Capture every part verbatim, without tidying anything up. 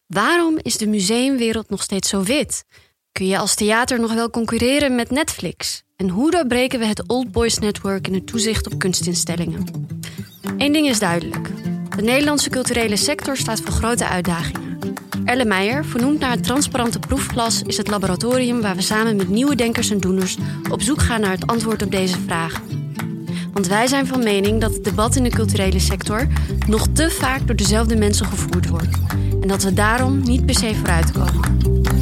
Waarom is de museumwereld nog steeds zo wit? Kun je als theater nog wel concurreren met Netflix? En hoe doorbreken we het Old Boys Network in het toezicht op kunstinstellingen? Eén ding is duidelijk. De Nederlandse culturele sector staat voor grote uitdagingen. Erlenmeyer, vernoemd naar het transparante proefglas, is het laboratorium waar we samen met nieuwe denkers en doeners op zoek gaan naar het antwoord op deze vraag. Want wij zijn van mening dat het debat in de culturele sector nog te vaak door dezelfde mensen gevoerd wordt. En dat we daarom niet per se vooruitkomen.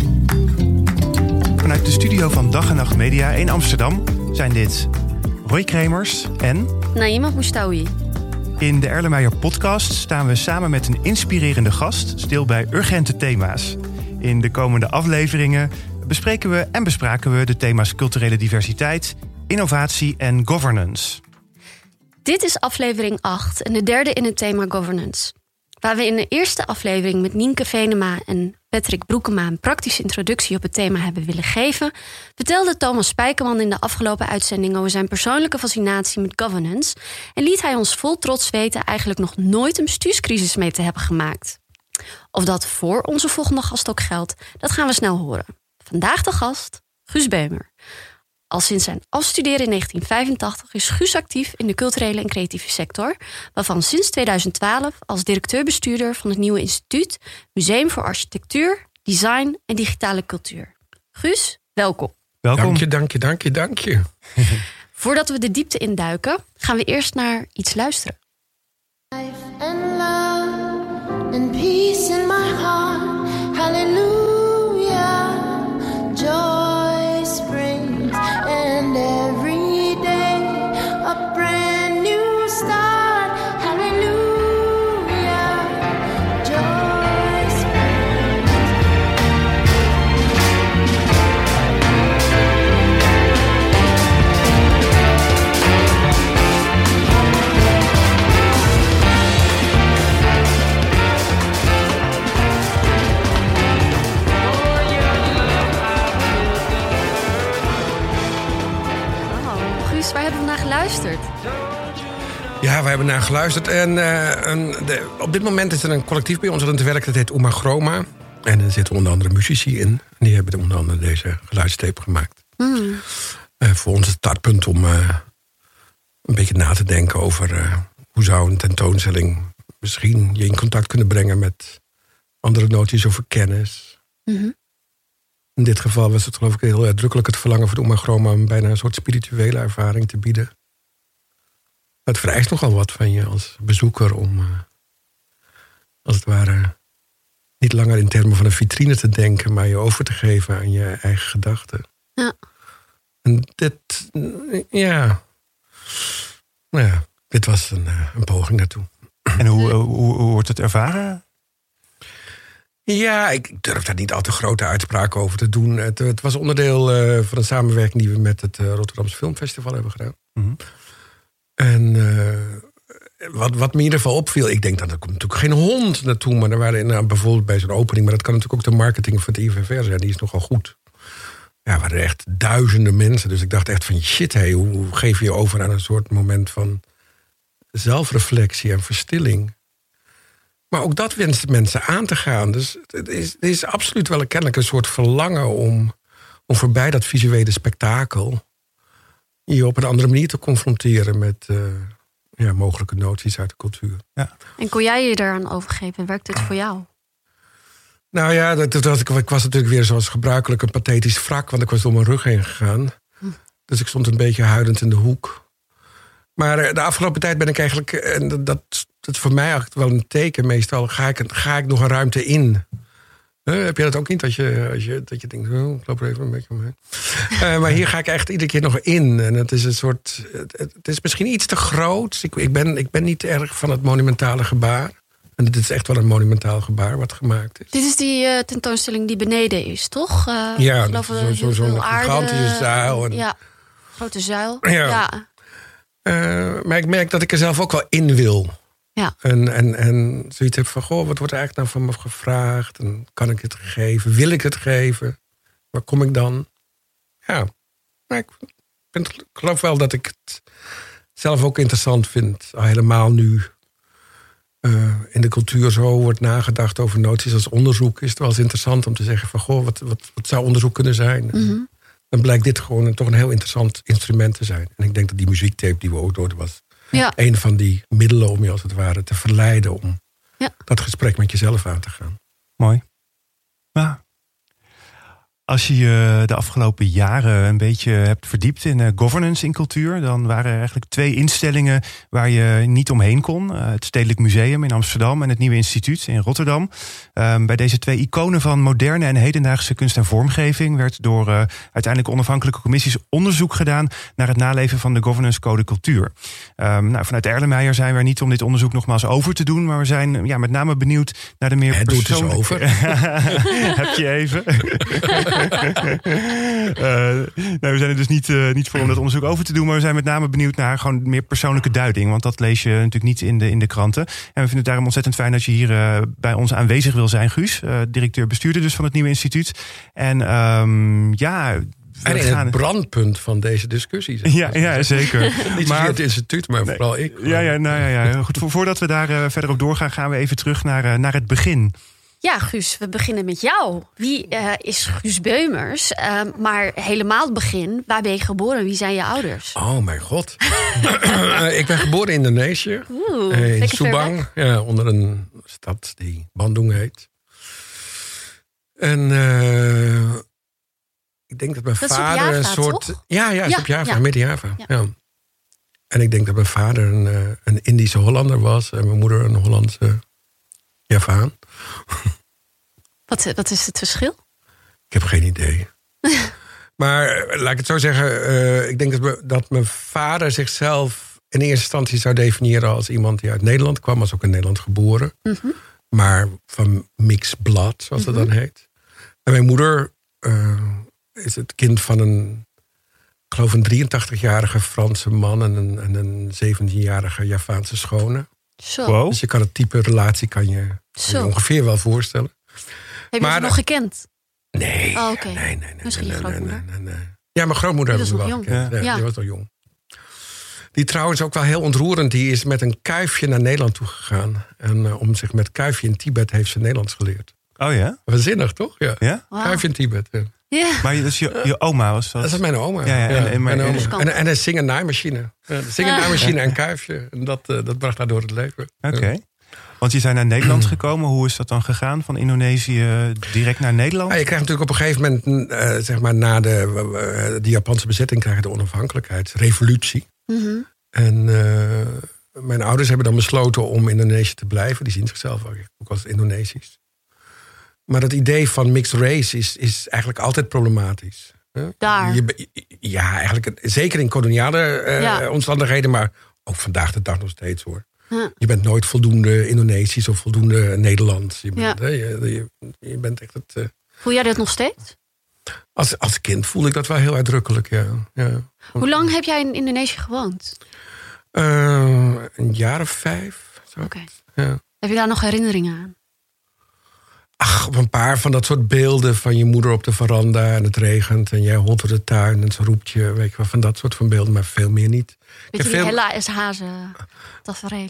Vanuit de studio van Dag en Nacht Media in Amsterdam zijn dit Roy Kremers en Naïma Boustaoui. In de Erlenmeyer podcast staan we samen met een inspirerende gast stil bij urgente thema's. In de komende afleveringen bespreken we en bespraken we de thema's culturele diversiteit, innovatie en governance. Dit is aflevering acht en de derde in het thema governance. Waar we in de eerste aflevering met Nienke Venema en Patrick Broekema een praktische introductie op het thema hebben willen geven, vertelde Thomas Spijkerman in de afgelopen uitzending over zijn persoonlijke fascinatie met governance en liet hij ons vol trots weten eigenlijk nog nooit een bestuurscrisis mee te hebben gemaakt. Of dat voor onze volgende gast ook geldt, dat gaan we snel horen. Vandaag de gast, Guus Beumer. Al sinds zijn afstuderen in negentien vijfentachtig is Guus actief in de culturele en creatieve sector, waarvan sinds tweeduizend twaalf als directeur-bestuurder van het nieuwe instituut Museum voor Architectuur, Design en Digitale Cultuur. Guus, welkom. Welkom. Dank je, dank je, dank je, dank je. Voordat we de diepte induiken, gaan we eerst naar iets luisteren. Life and love and peace in my heart. Hallelujah. Joy springs and every day a brand new start. Hallelujah. Joy springs. Waar hebben we naar geluisterd? Ja, we hebben naar geluisterd. En, uh, een, de, op dit moment is er een collectief bij ons aan het werk. Dat heet Uma Chroma. En er zitten onder andere muzici in. En die hebben onder andere deze geluidstape gemaakt. Mm. Uh, voor ons het startpunt om uh, een beetje na te denken over uh, hoe zou een tentoonstelling misschien je in contact kunnen brengen met andere noties over kennis. Mm-hmm. In dit geval was het geloof ik heel uitdrukkelijk het verlangen voor de Uma Chroma om bijna een soort spirituele ervaring te bieden. Het vereist nogal wat van je als bezoeker om uh, als het ware niet langer in termen van een vitrine te denken, maar je over te geven aan je eigen gedachten. Ja. En dit, ja, nou ja, dit was een, uh, een poging daartoe. En hoe, hoe, hoe wordt het ervaren? Ja, ik durf daar niet al te grote uitspraken over te doen. Het, het was onderdeel uh, van een samenwerking die we met het uh, Rotterdamse Filmfestival hebben gedaan. Mm-hmm. En uh, wat, wat me in ieder geval opviel, ik denk dat er komt natuurlijk geen hond naartoe, maar er waren nou, bijvoorbeeld bij zo'n opening, maar dat kan natuurlijk ook de marketing van het I V F R zijn, die is nogal goed. Ja, er waren echt duizenden mensen, dus ik dacht echt van shit, hey, hoe, hoe geef je je over aan een soort moment van zelfreflectie en verstilling? Maar ook dat wenst mensen aan te gaan. Dus het is, het is absoluut wel een, kennelijk een soort verlangen om, om voorbij dat visuele spektakel je op een andere manier te confronteren met uh, ja, mogelijke noties uit de cultuur. Ja. En kon jij je daaraan overgeven? Werkt dit voor jou? Nou ja, dat, dat, ik, ik was natuurlijk weer zoals gebruikelijk een pathetisch wrak, want ik was door mijn rug heen gegaan. Hm. Dus ik stond een beetje huilend in de hoek. Maar de afgelopen tijd ben ik eigenlijk, en dat, dat is voor mij eigenlijk wel een teken meestal, ga ik, ga ik nog een ruimte in? Uh, heb je dat ook niet? Dat je, als je, dat je denkt, oh, ik loop er even een beetje omheen. Uh, maar hier ga ik echt iedere keer nog in. En het is een soort, het, het is misschien iets te groot. Ik, ik, ben, ik ben niet erg van het monumentale gebaar. En dit is echt wel een monumentaal gebaar wat gemaakt is. Dit is die uh, tentoonstelling die beneden is, toch? Uh, ja, geloof zo'n zo, zo gigantische zuil. En, ja, grote zuil. Ja. ja. Uh, maar ik merk dat ik er zelf ook wel in wil. Ja. En, en, en zoiets heb van, goh, wat wordt er eigenlijk nou van me gevraagd? En kan ik het geven? Wil ik het geven? Waar kom ik dan? Ja, maar ik, vind, ik geloof wel dat ik het zelf ook interessant vind. Al helemaal nu uh, in de cultuur zo wordt nagedacht over noties als onderzoek, is het wel eens interessant om te zeggen van goh, wat, wat, wat zou onderzoek kunnen zijn? Mm-hmm. Dan blijkt dit gewoon een, toch een heel interessant instrument te zijn. En ik denk dat die muziektape die we ook doorden was ja. een van die middelen om je als het ware te verleiden om ja. dat gesprek met jezelf aan te gaan. Mooi. Ja. Als je je de afgelopen jaren een beetje hebt verdiept in uh, governance in cultuur, dan waren er eigenlijk twee instellingen waar je niet omheen kon. Uh, het Stedelijk Museum in Amsterdam en het Nieuwe Instituut in Rotterdam. Um, bij deze twee iconen van moderne en hedendaagse kunst en vormgeving werd door uh, uiteindelijk onafhankelijke commissies onderzoek gedaan naar het naleven van de governance code cultuur. Um, nou, vanuit Erlenmeyer zijn we er niet om dit onderzoek nogmaals over te doen, maar we zijn ja, met name benieuwd naar de meer het persoonlijke... doet dus over. Heb je even? uh, nou, we zijn er dus niet, uh, niet voor om dat onderzoek over te doen, maar we zijn met name benieuwd naar gewoon meer persoonlijke duiding, want dat lees je natuurlijk niet in de, in de kranten. En we vinden het daarom ontzettend fijn dat je hier uh, bij ons aanwezig wil zijn, Guus, uh, directeur-bestuurder dus van het Nieuwe Instituut. En um, ja... En in het brandpunt van deze discussie. Zeg. Ja, ja, zeker. Niet maar het instituut, maar nee, vooral ik. Ja, ja, nou, ja, ja. Goed, voordat we daar uh, verder op doorgaan, gaan we even terug naar, uh, naar het begin. Ja, Guus, we beginnen met jou. Wie uh, is Guus Beumers? Uh, maar helemaal het begin, waar ben je geboren? Wie zijn je ouders? Oh, mijn god. uh, ik ben geboren in Indonesië. Oeh, uh, in Subang, ja, onder een stad die Bandung heet. En uh, ik denk dat mijn dat vader Java, een soort... Toch? Ja, ja, is ja, op Java, ja. Midden-Java. Ja. Ja. En ik denk dat mijn vader een, uh, een Indische Hollander was en mijn moeder een Hollandse Javaan. Wat, wat is het verschil? Ik heb geen idee. Maar laat ik het zo zeggen. Uh, ik denk dat, me, dat mijn vader zichzelf in eerste instantie zou definiëren als iemand die uit Nederland kwam. Was ook in Nederland geboren. Mm-hmm. Maar van mixed blood, zoals mm-hmm. dat dan heet. En mijn moeder uh, is het kind van een, ik geloof een drieëntachtigjarige Franse man en een, en een zeventienjarige Javaanse schone. Zo. Wow. Dus je kan het type relatie kan je, kan je ongeveer wel voorstellen. Heb je maar, ze nog gekend? Nee. Oh, okay. nee, nee, nee. Misschien nee, je grootmoeder? Nee, nee, nee. Ja, mijn grootmoeder hebben we wel jong. gekend. Ja. Ja, ja. Die was nog jong. Die trouwens ook wel heel ontroerend. Die is met een kuifje naar Nederland toegegaan. En uh, om zich met kuifje in Tibet heeft ze Nederlands geleerd. Oh ja? Waanzinnig, toch? Ja. ja? Wow. Kuifje in Tibet. Ja. Ja. Maar dus je, je oma was dat? Dat is mijn oma. Ja, ja, en, en, maar, en, en, en, en een zingen-naaimachine. Een zingen-naaimachine en kuifje. En dat, uh, dat bracht haar door het leven. Oké. Okay. Want je zijn naar Nederland gekomen. Hoe is dat dan gegaan? Van Indonesië direct naar Nederland? Ja, je krijgt natuurlijk op een gegeven moment, uh, zeg maar na de, uh, de Japanse bezetting, krijg je de onafhankelijkheidsrevolutie. Mm-hmm. En uh, mijn ouders hebben dan besloten om in Indonesië te blijven. Die zien zichzelf ook als Indonesisch. Maar het idee van mixed race is, is eigenlijk altijd problematisch. Daar? Je, ja, eigenlijk zeker in koloniale uh, ja. omstandigheden, maar ook vandaag de dag nog steeds hoor. Ja. Je bent nooit voldoende Indonesisch of voldoende Nederlands. Je bent, ja. hè, je, je, je bent echt het. Uh... Voel jij dat nog steeds? Als, als kind voelde ik dat wel heel uitdrukkelijk, ja. ja. Hoe lang heb jij in Indonesië gewoond? Uh, een jaar of vijf. Oké. Okay. Ja. Heb je daar nog herinneringen aan? Ach, op een paar van dat soort beelden van je moeder op de veranda en het regent en jij holt door de tuin en ze roept je, weet je wel, van dat soort van beelden, maar veel meer niet. Weet je veel... die Hella is hazen tafereel?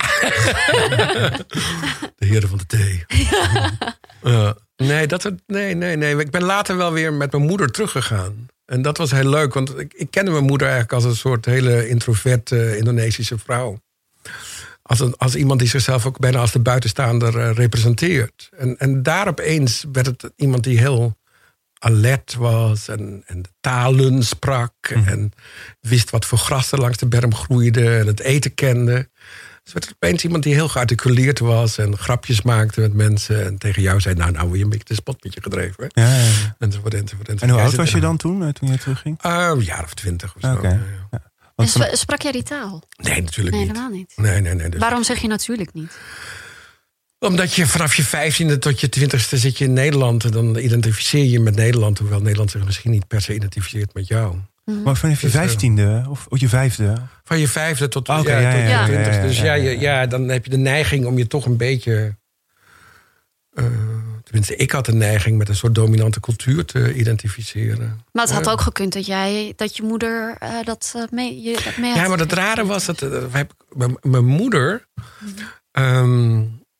De heren van de thee. uh, nee, dat soort, nee, nee, nee. Ik ben later wel weer met mijn moeder teruggegaan. En dat was heel leuk, want ik, ik kende mijn moeder eigenlijk als een soort hele introverte Indonesische vrouw. Als, een, als iemand die zichzelf ook bijna als de buitenstaander uh, representeert. En, en daar opeens werd het iemand die heel alert was en, en de talen sprak. Mm. En wist wat voor gras er langs de berm groeide en het eten kende. Dus werd het opeens iemand die heel gearticuleerd was en grapjes maakte met mensen. En tegen jou zei, nou, nou word je een beetje de spot met je gedreven. Ja, ja, ja. Enzovoort, enzovoort, enzovoort. En hoe oud was je dan toen, toen je terugging? Uh, een jaar of twintig of zo. Okay. Ja, ja. Ja. En van... sprak jij die taal? Nee, natuurlijk nee, niet. Helemaal niet. Nee, nee, nee. Dus... Waarom zeg je natuurlijk niet? Omdat je vanaf je vijftiende tot je twintigste zit je in Nederland. En dan identificeer je je met Nederland. Hoewel Nederland zich misschien niet per se identificeert met jou. Mm-hmm. Maar vanaf je vijftiende of, of je vijfde? Van je vijfde tot, oh, okay, ja, ja, tot ja, je twintigste. Ja, ja, ja, dus ja, ja, ja, dan heb je de neiging om je toch een beetje... Uh, tenminste, ik had de neiging met een soort dominante cultuur te identificeren. Maar het had ja. ook gekund dat jij, dat je moeder uh, dat uh, mee, je, dat mee had. Ja, maar het rare was dat uh, mijn moeder... Um,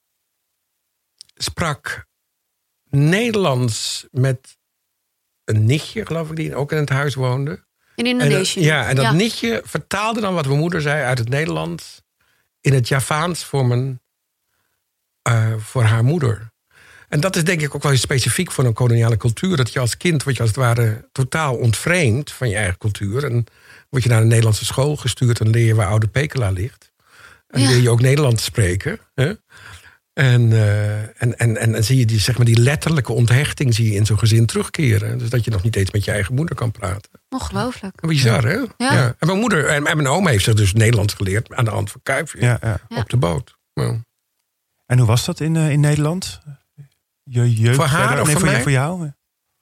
sprak Nederlands met een nichtje, geloof ik, die ook in het huis woonde. In Indonesië. En dat, ja, en dat ja. nichtje vertaalde dan wat mijn moeder zei uit het Nederlands in het Javaans voor, mijn, uh, voor haar moeder. En dat is denk ik ook wel specifiek voor een koloniale cultuur. Dat je als kind word je als het ware totaal ontvreemd van je eigen cultuur. En word je naar een Nederlandse school gestuurd en leer je waar Oude Pekela ligt. En ja. leer je ook Nederlands spreken. Hè? En, uh, en, en, en, en zie je die, zeg maar, die letterlijke onthechting zie je in zo'n gezin terugkeren. Dus dat je nog niet eens met je eigen moeder kan praten. Ongelooflijk. Bizar, hè? Ja. Ja. En mijn moeder en, en mijn oom heeft zich dus Nederlands geleerd aan de hand van Kuifje. Ja, ja. Op de boot. Ja. En hoe was dat in, uh, in Nederland? Je jeugd voor haar verder? of nee, voor, voor, mij? voor jou?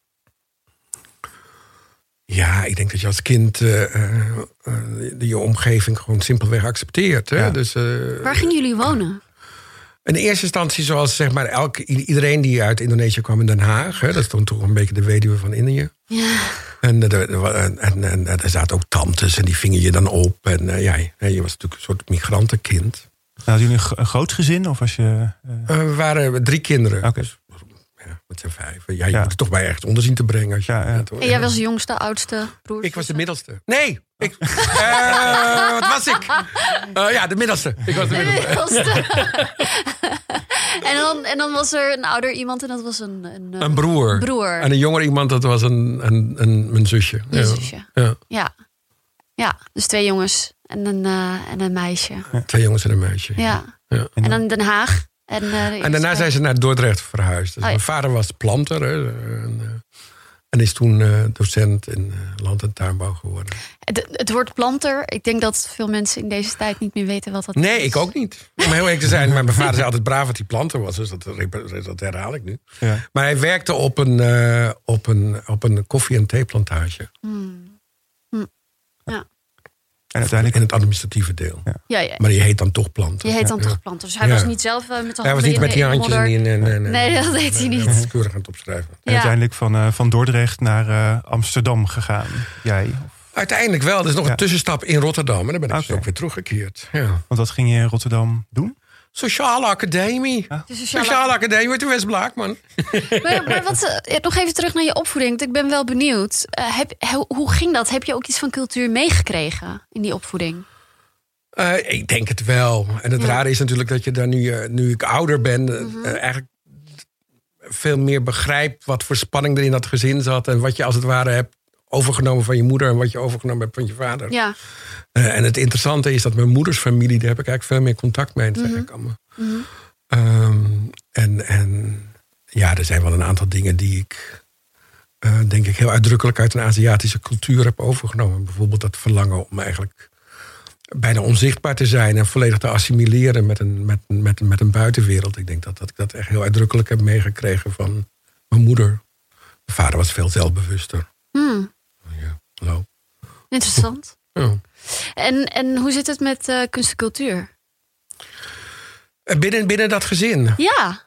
Ja, ik denk dat je als kind uh, uh, je omgeving gewoon simpelweg accepteert. Hè? Ja. Dus, uh, Waar gingen jullie wonen? In eerste instantie zoals zeg maar elke, iedereen die uit Indonesië kwam in Den Haag. Hè? Dat is toen toch een beetje de weduwe van Indië. Ja. En, er, en, en, en er zaten ook tantes en die vingen je dan op. En uh, ja, je was natuurlijk een soort migrantenkind. Nou, hadden jullie een groot gezin of was je... Uh... Uh, we waren drie kinderen. Oké. Okay. Dus, ja, met z'n vijf. Ja, je ja. moet het toch bij ergens onder zien te brengen. Als je ja, ja. net, en jij was de jongste, oudste broer? Ik was de middelste. Nee! Ik, uh, wat was ik? Uh, ja, de middelste. Ik was de middelste. De middelste. en, dan, en dan was er een ouder iemand en dat was een... Een, een broer. broer. En een jonger iemand, dat was een, een, een, mijn zusje. Je ja. zusje. Ja. ja. Ja, dus twee jongens en een, uh, en een meisje. Ja. Twee jongens en een meisje. Ja. ja. En dan Den Haag. En, uh, en daarna zijn ze naar Dordrecht verhuisd. Dus oh, ja. Mijn vader was planter. Hè, en, uh, en is toen uh, docent in uh, land- en tuinbouw geworden. Het, het woord planter, ik denk dat veel mensen in deze tijd niet meer weten wat dat nee, is. Nee, ik ook niet. Om heel eerlijk te zijn, maar mijn vader zei altijd braaf dat hij planter was. Dus dat, dat herhaal ik nu. Ja. Maar hij werkte op een, uh, op een, op een koffie- en theeplantage. Hmm. Hm. Ja. En uiteindelijk in het administratieve deel. Ja. Ja, ja. Maar die heet dan toch planter. Je heet dan ja. toch planter. Dus hij ja. was niet zelf uh, met de handen Hij was niet in met die de handjes. modder. Nee, nee, nee, nee, nee, dat deed hij niet. Hij was keurig aan het opschrijven. En ja. uiteindelijk van, uh, van Dordrecht naar uh, Amsterdam gegaan. Jij? Uiteindelijk wel. Er is nog ja. een tussenstap in Rotterdam. En dan ben ik okay. dus ook weer teruggekeerd. Ja. Want wat ging je in Rotterdam doen? Sociale Academie. Ja. De Sociale, Sociale Academie met de West-Blaak, man. Maar, maar wat, nog even terug naar je opvoeding. Want ik ben wel benieuwd. Uh, heb, hoe ging dat? Heb je ook iets van cultuur meegekregen in die opvoeding? Uh, ik denk het wel. En het ja. rare is natuurlijk dat je dan nu, uh, nu ik ouder ben... Uh-huh. Uh, eigenlijk veel meer begrijpt wat voor spanning er in dat gezin zat... en wat je als het ware hebt overgenomen van je moeder... en wat je overgenomen hebt van je vader. Ja. Uh, en het interessante is dat mijn moeders familie... daar heb ik eigenlijk veel meer contact mee. Dat zeg ik allemaal. Uh-huh. Um, en, en ja, er zijn wel een aantal dingen die ik... Uh, denk ik heel uitdrukkelijk uit een Aziatische cultuur heb overgenomen. Bijvoorbeeld dat verlangen om eigenlijk... bijna onzichtbaar te zijn en volledig te assimileren met een, met, met, met een buitenwereld. Ik denk dat, dat ik dat echt heel uitdrukkelijk heb meegekregen van mijn moeder. Mijn vader was veel zelfbewuster. Hmm. Ja, hallo. Interessant. Ja. En, en hoe zit het met uh, kunst en cultuur? Binnen, binnen dat gezin? Ja.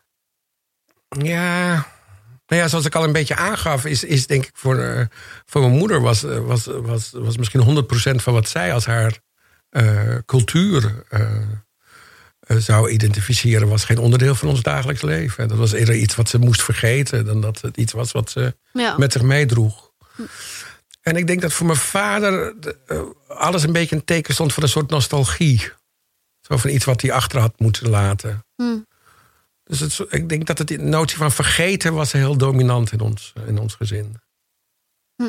Ja... Nou ja, zoals ik al een beetje aangaf, is, is denk ik voor, uh, voor mijn moeder was, was, was, was misschien honderd procent van wat zij als haar uh, cultuur uh, uh, zou identificeren, was geen onderdeel van ons dagelijks leven. Dat was eerder iets wat ze moest vergeten dan dat het iets was wat ze ja. met zich meedroeg. Hm. En ik denk dat voor mijn vader uh, alles een beetje een teken stond van een soort nostalgie. Zo van iets wat hij achter had moeten laten. Hm. Dus het, ik denk dat het, de notie van vergeten was heel dominant in ons, in ons gezin. Hm.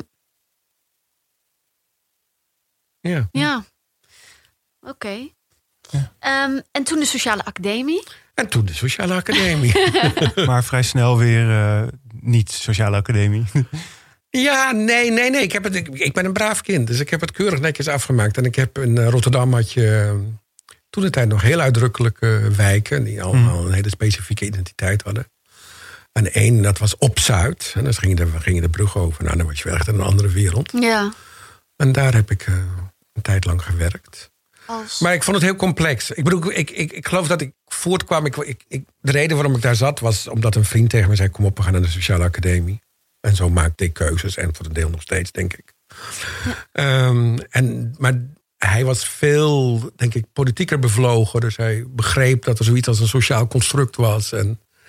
Ja. Ja. Oké. Okay. Ja. Um, en toen de Sociale Academie? En toen de Sociale Academie. Maar vrij snel weer uh, niet Sociale Academie. Ja, nee, nee, nee. Ik, heb het, ik, ik ben een braaf kind, dus ik heb het keurig netjes afgemaakt. En ik heb in uh, Rotterdam had je... Uh, toen de tijd nog heel uitdrukkelijke wijken... die allemaal mm. een hele specifieke identiteit hadden. En één, dat was op Zuid. En dan ging je de, ging je de brug over. Nou, dan was je wel echt in een andere wereld. Ja. En daar heb ik uh, een tijd lang gewerkt. Als... Maar ik vond het heel complex. Ik bedoel, ik, ik, ik geloof dat ik voortkwam... Ik, ik, ik, de reden waarom ik daar zat was omdat een vriend tegen me zei... kom op, we gaan naar de Sociale Academie. En zo maakte ik keuzes. En voor een deel nog steeds, denk ik. Ja. Um, en, maar... Hij was veel, denk ik, politieker bevlogen. Dus hij begreep dat er zoiets als een sociaal construct was. En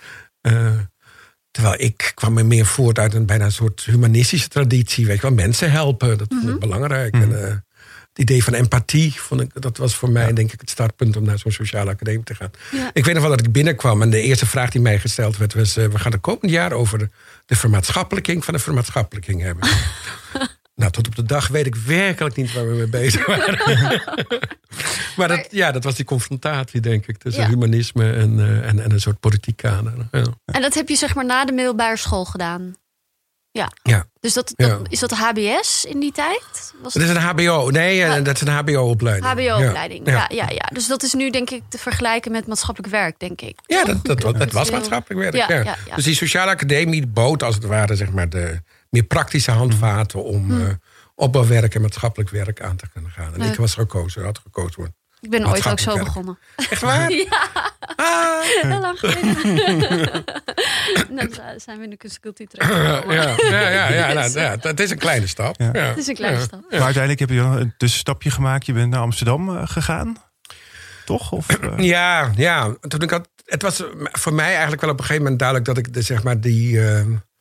Uh, terwijl ik kwam er meer voort uit een bijna een soort humanistische traditie. Weet je wel, mensen helpen, dat Mm-hmm. vond ik belangrijk. Mm. En, uh, het idee van empathie, vond ik, dat was voor mij denk ik het startpunt om naar zo'n sociale academie te gaan. Ja. Ik weet nog wel dat ik binnenkwam en de eerste vraag die mij gesteld werd was... Uh, we gaan het komend jaar over de, de vermaatschappelijking van de vermaatschappelijking hebben. Nou, tot op de dag weet ik werkelijk niet waar we mee bezig waren. Maar dat, ja, dat was die confrontatie, denk ik, tussen Ja. humanisme en, uh, en, en een soort politiek kader. Ja. En dat heb je zeg maar na de middelbare school gedaan? Ja. Ja. Dus dat, dat, Ja. is dat H B S in die tijd? Was Dat is een H B O. Nee, Ja. dat is een H B O-opleiding. H B O-opleiding, ja. Ja. Ja, ja, ja. Dus dat is nu denk ik te vergelijken met maatschappelijk werk, denk ik. Ja, dat, dat, dat, dat was heel- maatschappelijk werk. Ja, Ja, ja, ja. Dus die sociale academie bood als het ware zeg maar, de meer praktische handvaten om Hmm. uh, opbouwwerk en maatschappelijk werk aan te kunnen gaan. En Leuk. ik was gekozen, had gekozen worden. Ik ben ooit ook zo Maatschappelijk begonnen. Echt waar? Ja, Ah, heel lang geleden. Dan zijn we in de kunst- en cultuur terechtgekomen. ja, ja, ja, ja, nou, ja, dat is een kleine stap. Ja. Ja. Het is een kleine Ja. stap. Maar uiteindelijk heb je nog een tussenstapje gemaakt. Je bent naar Amsterdam uh, gegaan. Toch? Of, uh... Ja, ja. Toen ik had, het was voor mij eigenlijk wel op een gegeven moment duidelijk dat ik de, zeg maar die uh,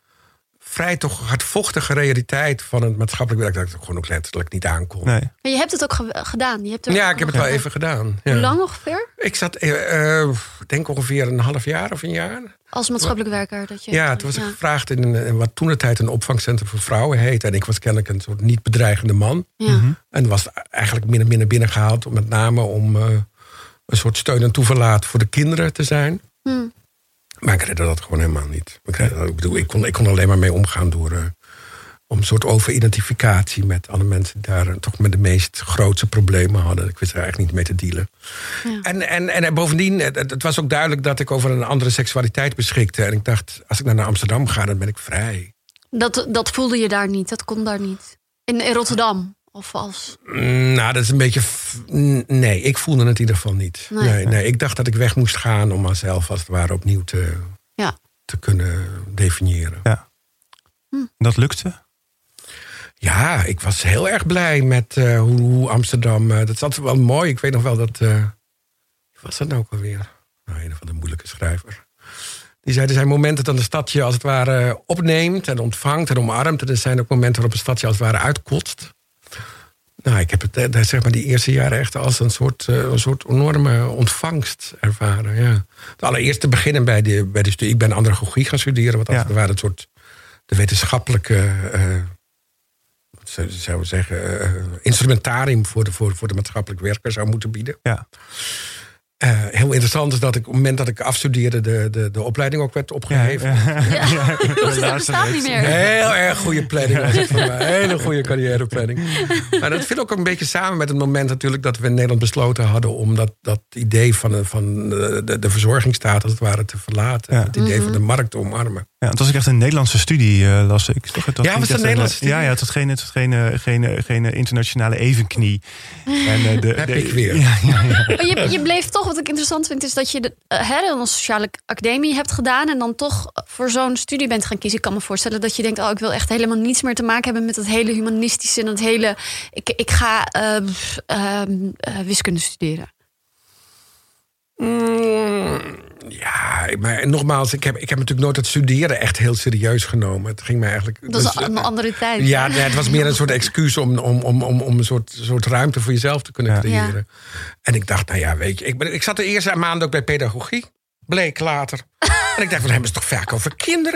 vrij toch hardvochtige realiteit van het maatschappelijk werk, dat ik het gewoon ook letterlijk niet aankon. Nee. Maar je hebt het ook ge- gedaan. Je hebt er Ja, ook ik heb het nog- wel even gedaan. Ja. Hoe lang ongeveer? Ik zat, uh, uh, denk ongeveer een half jaar of een jaar. Als maatschappelijk werker? Dat je Ja, toen was ik gevraagd in, een, in wat toentertijd een opvangcentrum voor vrouwen heette. En ik was kennelijk een soort niet bedreigende man. Ja. Mhm. En was eigenlijk min en min naar binnen gehaald, met name om uh, een soort steun en toeverlaat voor de kinderen te zijn. Hm. Maar ik redde dat gewoon helemaal niet. Ik, redde, ik bedoel, ik kon, ik kon alleen maar mee omgaan door uh, om een soort overidentificatie met alle mensen die daar uh, toch met de meest grootste problemen hadden. Ik wist er eigenlijk niet mee te dealen. Ja. En, en, en bovendien, het, het was ook duidelijk dat ik over een andere seksualiteit beschikte. En ik dacht, als ik nou naar Amsterdam ga, dan ben ik vrij. Dat, dat voelde je daar niet. Dat kon daar niet. In, in Rotterdam? Of als... Mm, nou, dat is een beetje... f- n- Nee, ik voelde het in ieder geval niet. Nee. Nee, nee, ik dacht dat ik weg moest gaan om mezelf als het ware opnieuw te, Ja. te kunnen definiëren. Ja. Hm. Dat lukte? Ja, ik was heel erg blij met uh, hoe, hoe Amsterdam... Uh, dat is altijd wel mooi. Ik weet nog wel dat... Uh, wie was dat nou ook alweer? Nou, een van de moeilijke schrijver. Die zei, er zijn momenten dat een stadje als het ware opneemt en ontvangt en omarmt. En er zijn ook momenten waarop een stadje als het ware uitkotst. Nou, ik heb het uh, zeg maar die eerste jaren echt als een soort, uh, een soort enorme ontvangst ervaren. Ja. Het allereerste beginnen bij de, bij de studie. Ik ben andragogie gaan studeren, wat als Ja. het ware een soort de wetenschappelijke... Uh, zou we zeggen, uh, instrumentarium voor de, voor, voor de maatschappelijk werker zou moeten bieden. Ja. Uh, heel interessant is dat ik op het moment dat ik afstudeerde de, de, de opleiding ook werd opgeheven. Ja, ja. Ja. Dat bestaat niet meer. Heel erg goede planning was het voor mij. Hele goede carrièreplanning. Maar dat viel ook een beetje samen met het moment natuurlijk dat we in Nederland besloten hadden om dat, dat idee van, van de, de verzorgingsstaat als het ware te verlaten. Ja. Het idee van de markt te omarmen. Ja, het was ook echt een Nederlandse studie, uh, las ik. Toch? Het was Ja, niet was het echt een Nederlandse studie? Ja, ja, het was geen, het was geen, uh, geen, uh, geen uh, internationale evenknie. En, uh, de, Heb de, ik weer. Ja, ja, ja. Maar je, je bleef toch, wat ik interessant vind, is dat je de uh, hè, een sociale academie hebt gedaan en dan toch voor zo'n studie bent gaan kiezen. Ik kan me voorstellen dat je denkt, oh, ik wil echt helemaal niets meer te maken hebben met dat hele humanistische en dat hele. Ik, ik ga uh, uh, uh, wiskunde studeren. Mm, ja, maar nogmaals, ik heb, ik heb natuurlijk nooit het studeren echt heel serieus genomen. Het ging mij eigenlijk. Dat is dus, een andere tijd. Ja, nee, het was meer een soort excuus om, om, om, om, om een soort, soort ruimte voor jezelf te kunnen Ja. creëren. En ik dacht, nou ja, weet je, ik, ben, ik zat de eerste maanden ook bij pedagogie. Bleek later. En ik dacht, we hebben het toch vaak over kinderen?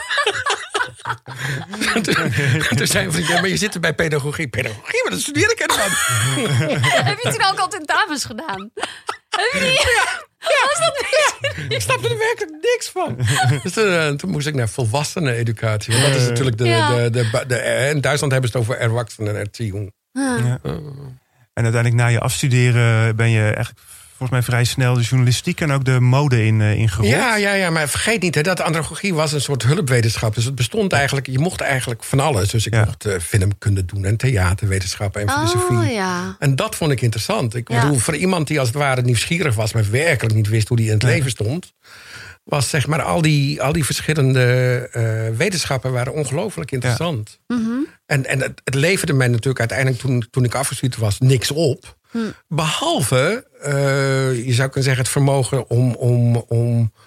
toen, toen zei een vriendin, maar je zit er bij pedagogie. Pedagogie, maar dat studeer ik helemaal niet. Heb je toen ook al tentamens gedaan? Heb je niet? Was dat niet? Ik snapte er werkelijk niks van. Dus toen, uh, toen moest ik naar volwassenen-educatie. Want dat is natuurlijk de, Ja. de, de, de, de... In Duitsland hebben ze het over erwachsenenerziehung. Ja. En uiteindelijk na je afstuderen ben je eigenlijk volgens mij vrij snel de journalistiek en ook de mode in, uh, ingerold. Ja, ja, ja, maar vergeet niet, hè, dat andragogie was een soort hulpwetenschap. Dus het bestond eigenlijk, je mocht eigenlijk van alles. Dus ik Ja. mocht uh, filmkunde doen en theaterwetenschappen en filosofie. Oh ja. En dat vond ik interessant. Ik Ja. bedoel, voor iemand die als het ware nieuwsgierig was, maar werkelijk niet wist hoe die in het Ja. leven stond, was zeg maar al die, al die verschillende uh, wetenschappen waren ongelooflijk interessant. Mhm. En, en het, het leverde mij natuurlijk uiteindelijk, toen, toen ik afgestudeerd was, niks op. Hm. Behalve, uh, je zou kunnen zeggen, het vermogen om, om, om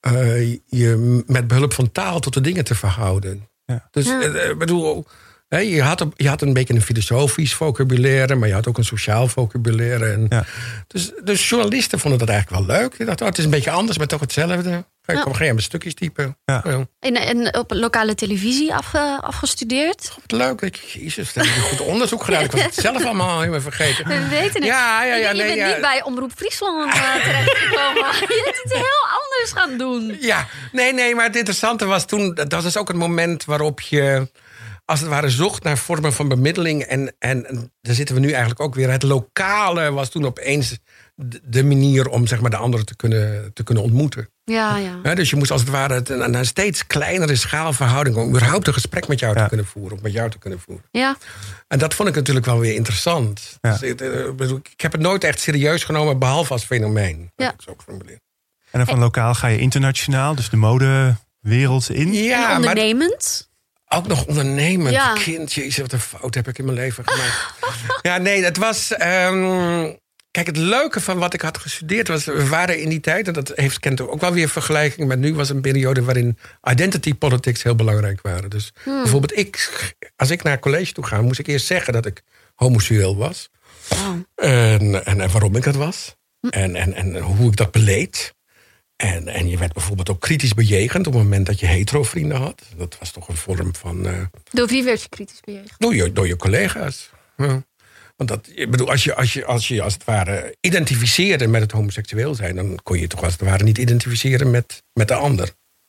uh, je met behulp van taal tot de dingen te verhouden. Ja. Dus ik ja. uh, bedoel, hè, je, had, je had een beetje een filosofisch vocabulaire, maar je had ook een sociaal vocabulaire. En ja. dus, dus journalisten vonden dat eigenlijk wel leuk. Die dachten, oh, het is een beetje anders, maar toch hetzelfde. Ik kom geen stukjes typen. Ja. Ja. En, en op lokale televisie afge, afgestudeerd? Wat leuk. Ik, jezus, daar heb ik goed onderzoek gedaan. Ik was het zelf allemaal helemaal vergeten. We weten het. Ja, ja, ja, je nee, bent ja. niet bij Omroep Friesland uh, terechtgekomen. Je bent iets heel anders gaan doen. Ja, nee, nee, maar het interessante was toen... Dat was ook het moment waarop je... als het ware zocht naar vormen van bemiddeling. En, en, en daar zitten we nu eigenlijk ook weer. Het lokale was toen opeens de manier om zeg maar, de anderen te kunnen, te kunnen ontmoeten. Ja, ja. Ja, dus je moest als het ware een, een steeds kleinere schaalverhouding... om überhaupt een gesprek met jou ja. te kunnen voeren. Of met jou te kunnen voeren. Ja. En dat vond ik natuurlijk wel weer interessant. Ja. Dus, uh, ik heb het nooit echt serieus genomen, behalve als fenomeen. Ja. Dat is ook formuleer. En dan van lokaal ga je internationaal, dus de modewereld in. Ja, en ondernemend? Maar ook nog ondernemend. Ja. Kind, jezus, wat een fout heb ik in mijn leven gemaakt. ja, nee, het was... Um, Kijk, het leuke van wat ik had gestudeerd was... we waren in die tijd, en dat heeft kent ook wel weer vergelijking... met nu was een periode waarin identity politics heel belangrijk waren. Dus hmm. bijvoorbeeld ik, als ik naar college toe ga... moest ik eerst zeggen dat ik homoseksueel was. Oh. En, en, en waarom ik dat was. Hm. En, en, en hoe ik dat beleed. En, en je werd bijvoorbeeld ook kritisch bejegend... op het moment dat je hetero-vrienden had. Dat was toch een vorm van... Uh, door wie werd je kritisch bejegend? Door je, door je collega's. Ja. Want dat, ik bedoel, als je, als, je, als je als het ware identificeerde met het homoseksueel zijn... dan kon je toch als het ware niet identificeren met, met de ander.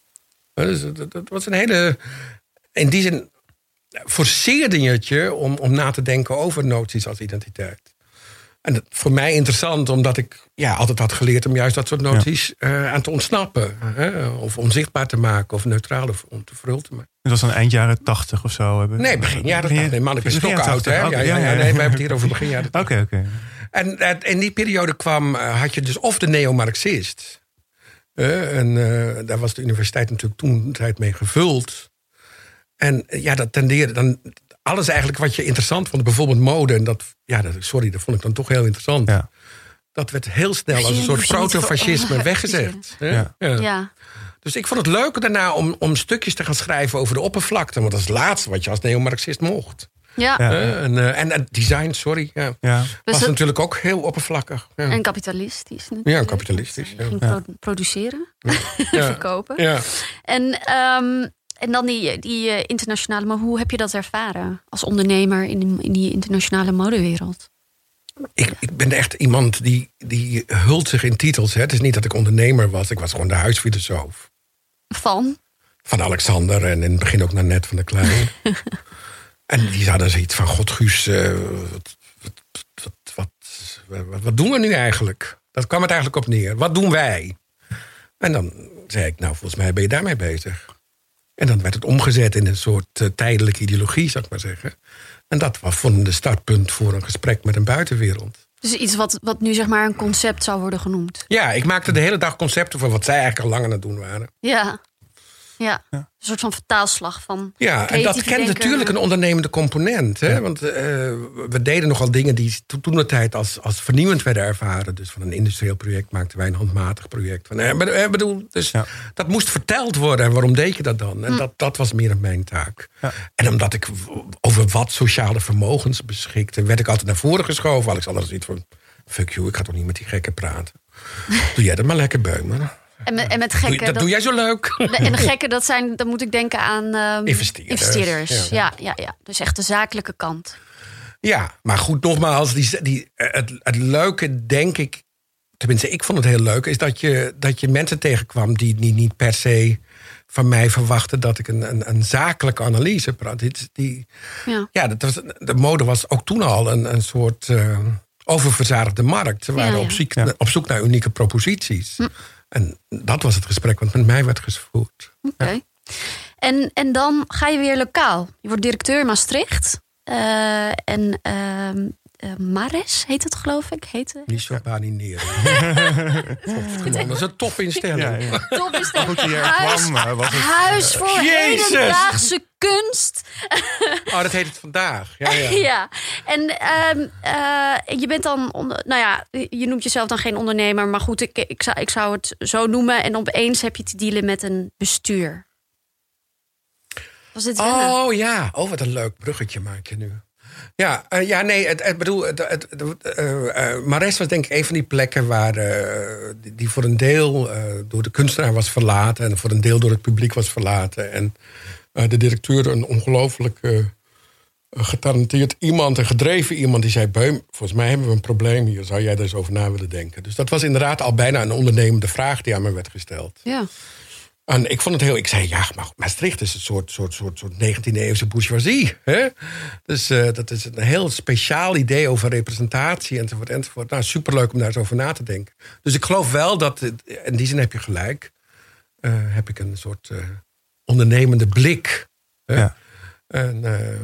Dus dat, dat was een hele... In die zin forceerde je het je om, om na te denken over noties als identiteit. En dat voor mij interessant, omdat ik ja, altijd had geleerd... om juist dat soort noties ja. uh, aan te ontsnappen. Hè? Of onzichtbaar te maken, of neutraal of om te verhul te maken. Het was dan eind jaren tachtig of zo? Hebben... Nee, begin jaren tachtig. Nee, man, ik ben stokoud, hè? Okay, ja, ja, ja, nee, we hebben het hier over begin jaren tachtig. Oké, oké. En uh, in die periode kwam, uh, had je dus of de neo-Marxist... Uh, en uh, daar was de universiteit natuurlijk toen een tijd mee gevuld. En uh, ja, dat tendeerde dan... Alles eigenlijk wat je interessant vond, bijvoorbeeld mode... en dat, ja, dat, sorry, dat vond ik dan toch heel interessant. Ja. Dat werd heel snel als een soort protofascisme weggezet. Ja. Ja. Ja. Dus ik vond het leuk daarna om, om stukjes te gaan schrijven over de oppervlakte. Want dat is het laatste wat je als neo-Marxist mocht. Ja. Ja. Uh, en, uh, en het design, sorry, ja. Ja. was dus dat... natuurlijk ook heel oppervlakkig. Ja. En kapitalistisch natuurlijk. Ja, kapitalistisch. Ja. Ging ja. produceren, ja. verkopen. Ja. En, um, en dan die, die internationale... Maar hoe heb je dat ervaren als ondernemer in die, in die internationale modewereld? Ik, ik ben echt iemand die, die hult zich in titels. Hè. Het is niet dat ik ondernemer was. Ik was gewoon de huisfilosoof. Van? Van Alexander en in het begin ook Nanette van der Klein. En die hadden zoiets van... God, Guus, uh, wat, wat, wat, wat, wat doen we nu eigenlijk? Dat kwam het eigenlijk op neer. Wat doen wij? En dan zei ik, nou, volgens mij ben je daarmee bezig. En dan werd het omgezet in een soort uh, tijdelijke ideologie, zou ik maar zeggen. En dat was de startpunt voor een gesprek met een buitenwereld. Dus iets wat, wat nu zeg maar een concept zou worden genoemd. Ja, ik maakte de hele dag concepten voor wat zij eigenlijk al lang aan het doen waren. Ja, ja. ja. Een soort van vertaalslag van. Ja, en dat kent natuurlijk een ondernemende component. Hè? Ja. Want uh, we deden nogal dingen die toen de tijd als, als vernieuwend werden ervaren. Dus van een industrieel project maakten wij een handmatig project. Van, uh, bedoel, dus ja. dat moest verteld worden. En waarom deed je dat dan? En hm. dat, dat was meer mijn taak. Ja. En omdat ik over wat sociale vermogens beschikte, werd ik altijd naar voren geschoven. Alexander was iets van, fuck you, ik ga toch niet met die gekken praten. Doe jij dat maar lekker, Beumen. En met, en met gekken... Dat, dat doe jij zo leuk. En de gekken, dat zijn, dan moet ik denken aan... Um, investeerders. investeerders. Ja. Ja, ja, ja. Dus echt de zakelijke kant. Ja, maar goed, nogmaals, die, die, het, het leuke, denk ik... Tenminste, ik vond het heel leuk... is dat je, dat je mensen tegenkwam die, die niet per se van mij verwachten... dat ik een, een, een zakelijke analyse praat. Die, die, ja, ja dat was, de mode was ook toen al een, een soort uh, oververzadigde markt. Ze waren ja, ja. Op, zoek, ja. op zoek naar unieke proposities. Hm. En dat was het gesprek wat met mij werd gevoerd. Oké. Okay. Ja. En, en dan ga je weer lokaal. Je wordt directeur in Maastricht. Uh, en uh, uh, Mares heet het, geloof ik. Heet het? Niet zo banineren. Dat is een topinstelling. Ja, ja. Topinstelling. Goed, Huis, kwam, was het, huis voor uh, hedendaagse kunst. Oh, dat heet het vandaag. Ja, ja. ja. En uh, uh, je bent dan, onder, nou ja, je noemt jezelf dan geen ondernemer, maar goed, ik, ik, zou, ik zou het zo noemen. En opeens heb je te dealen met een bestuur. Was dit wennen? Oh ja, oh wat een leuk bruggetje maak je nu. Ja, uh, ja nee, het, het bedoel, het, het, uh, uh, Mares was denk ik een van die plekken waar uh, die, die voor een deel uh, door de kunstenaar was verlaten en voor een deel door het publiek was verlaten. En uh, de directeur, een ongelooflijk uh, getalenteerd iemand, een gedreven iemand, die zei: Beum, volgens mij hebben we een probleem hier, zou jij er eens over na willen denken? Dus dat was inderdaad al bijna een ondernemende vraag die aan me werd gesteld. Ja. En ik vond het heel... Ik zei, ja, maar Maastricht is een soort, soort, soort, soort negentiende-eeuwse bourgeoisie. Hè? Dus uh, dat is een heel speciaal idee over representatie enzovoort. enzovoort. Nou, superleuk om daar eens over na te denken. Dus ik geloof wel dat... In die zin heb je gelijk. Uh, heb ik een soort uh, ondernemende blik. Hè? Ja. En, uh,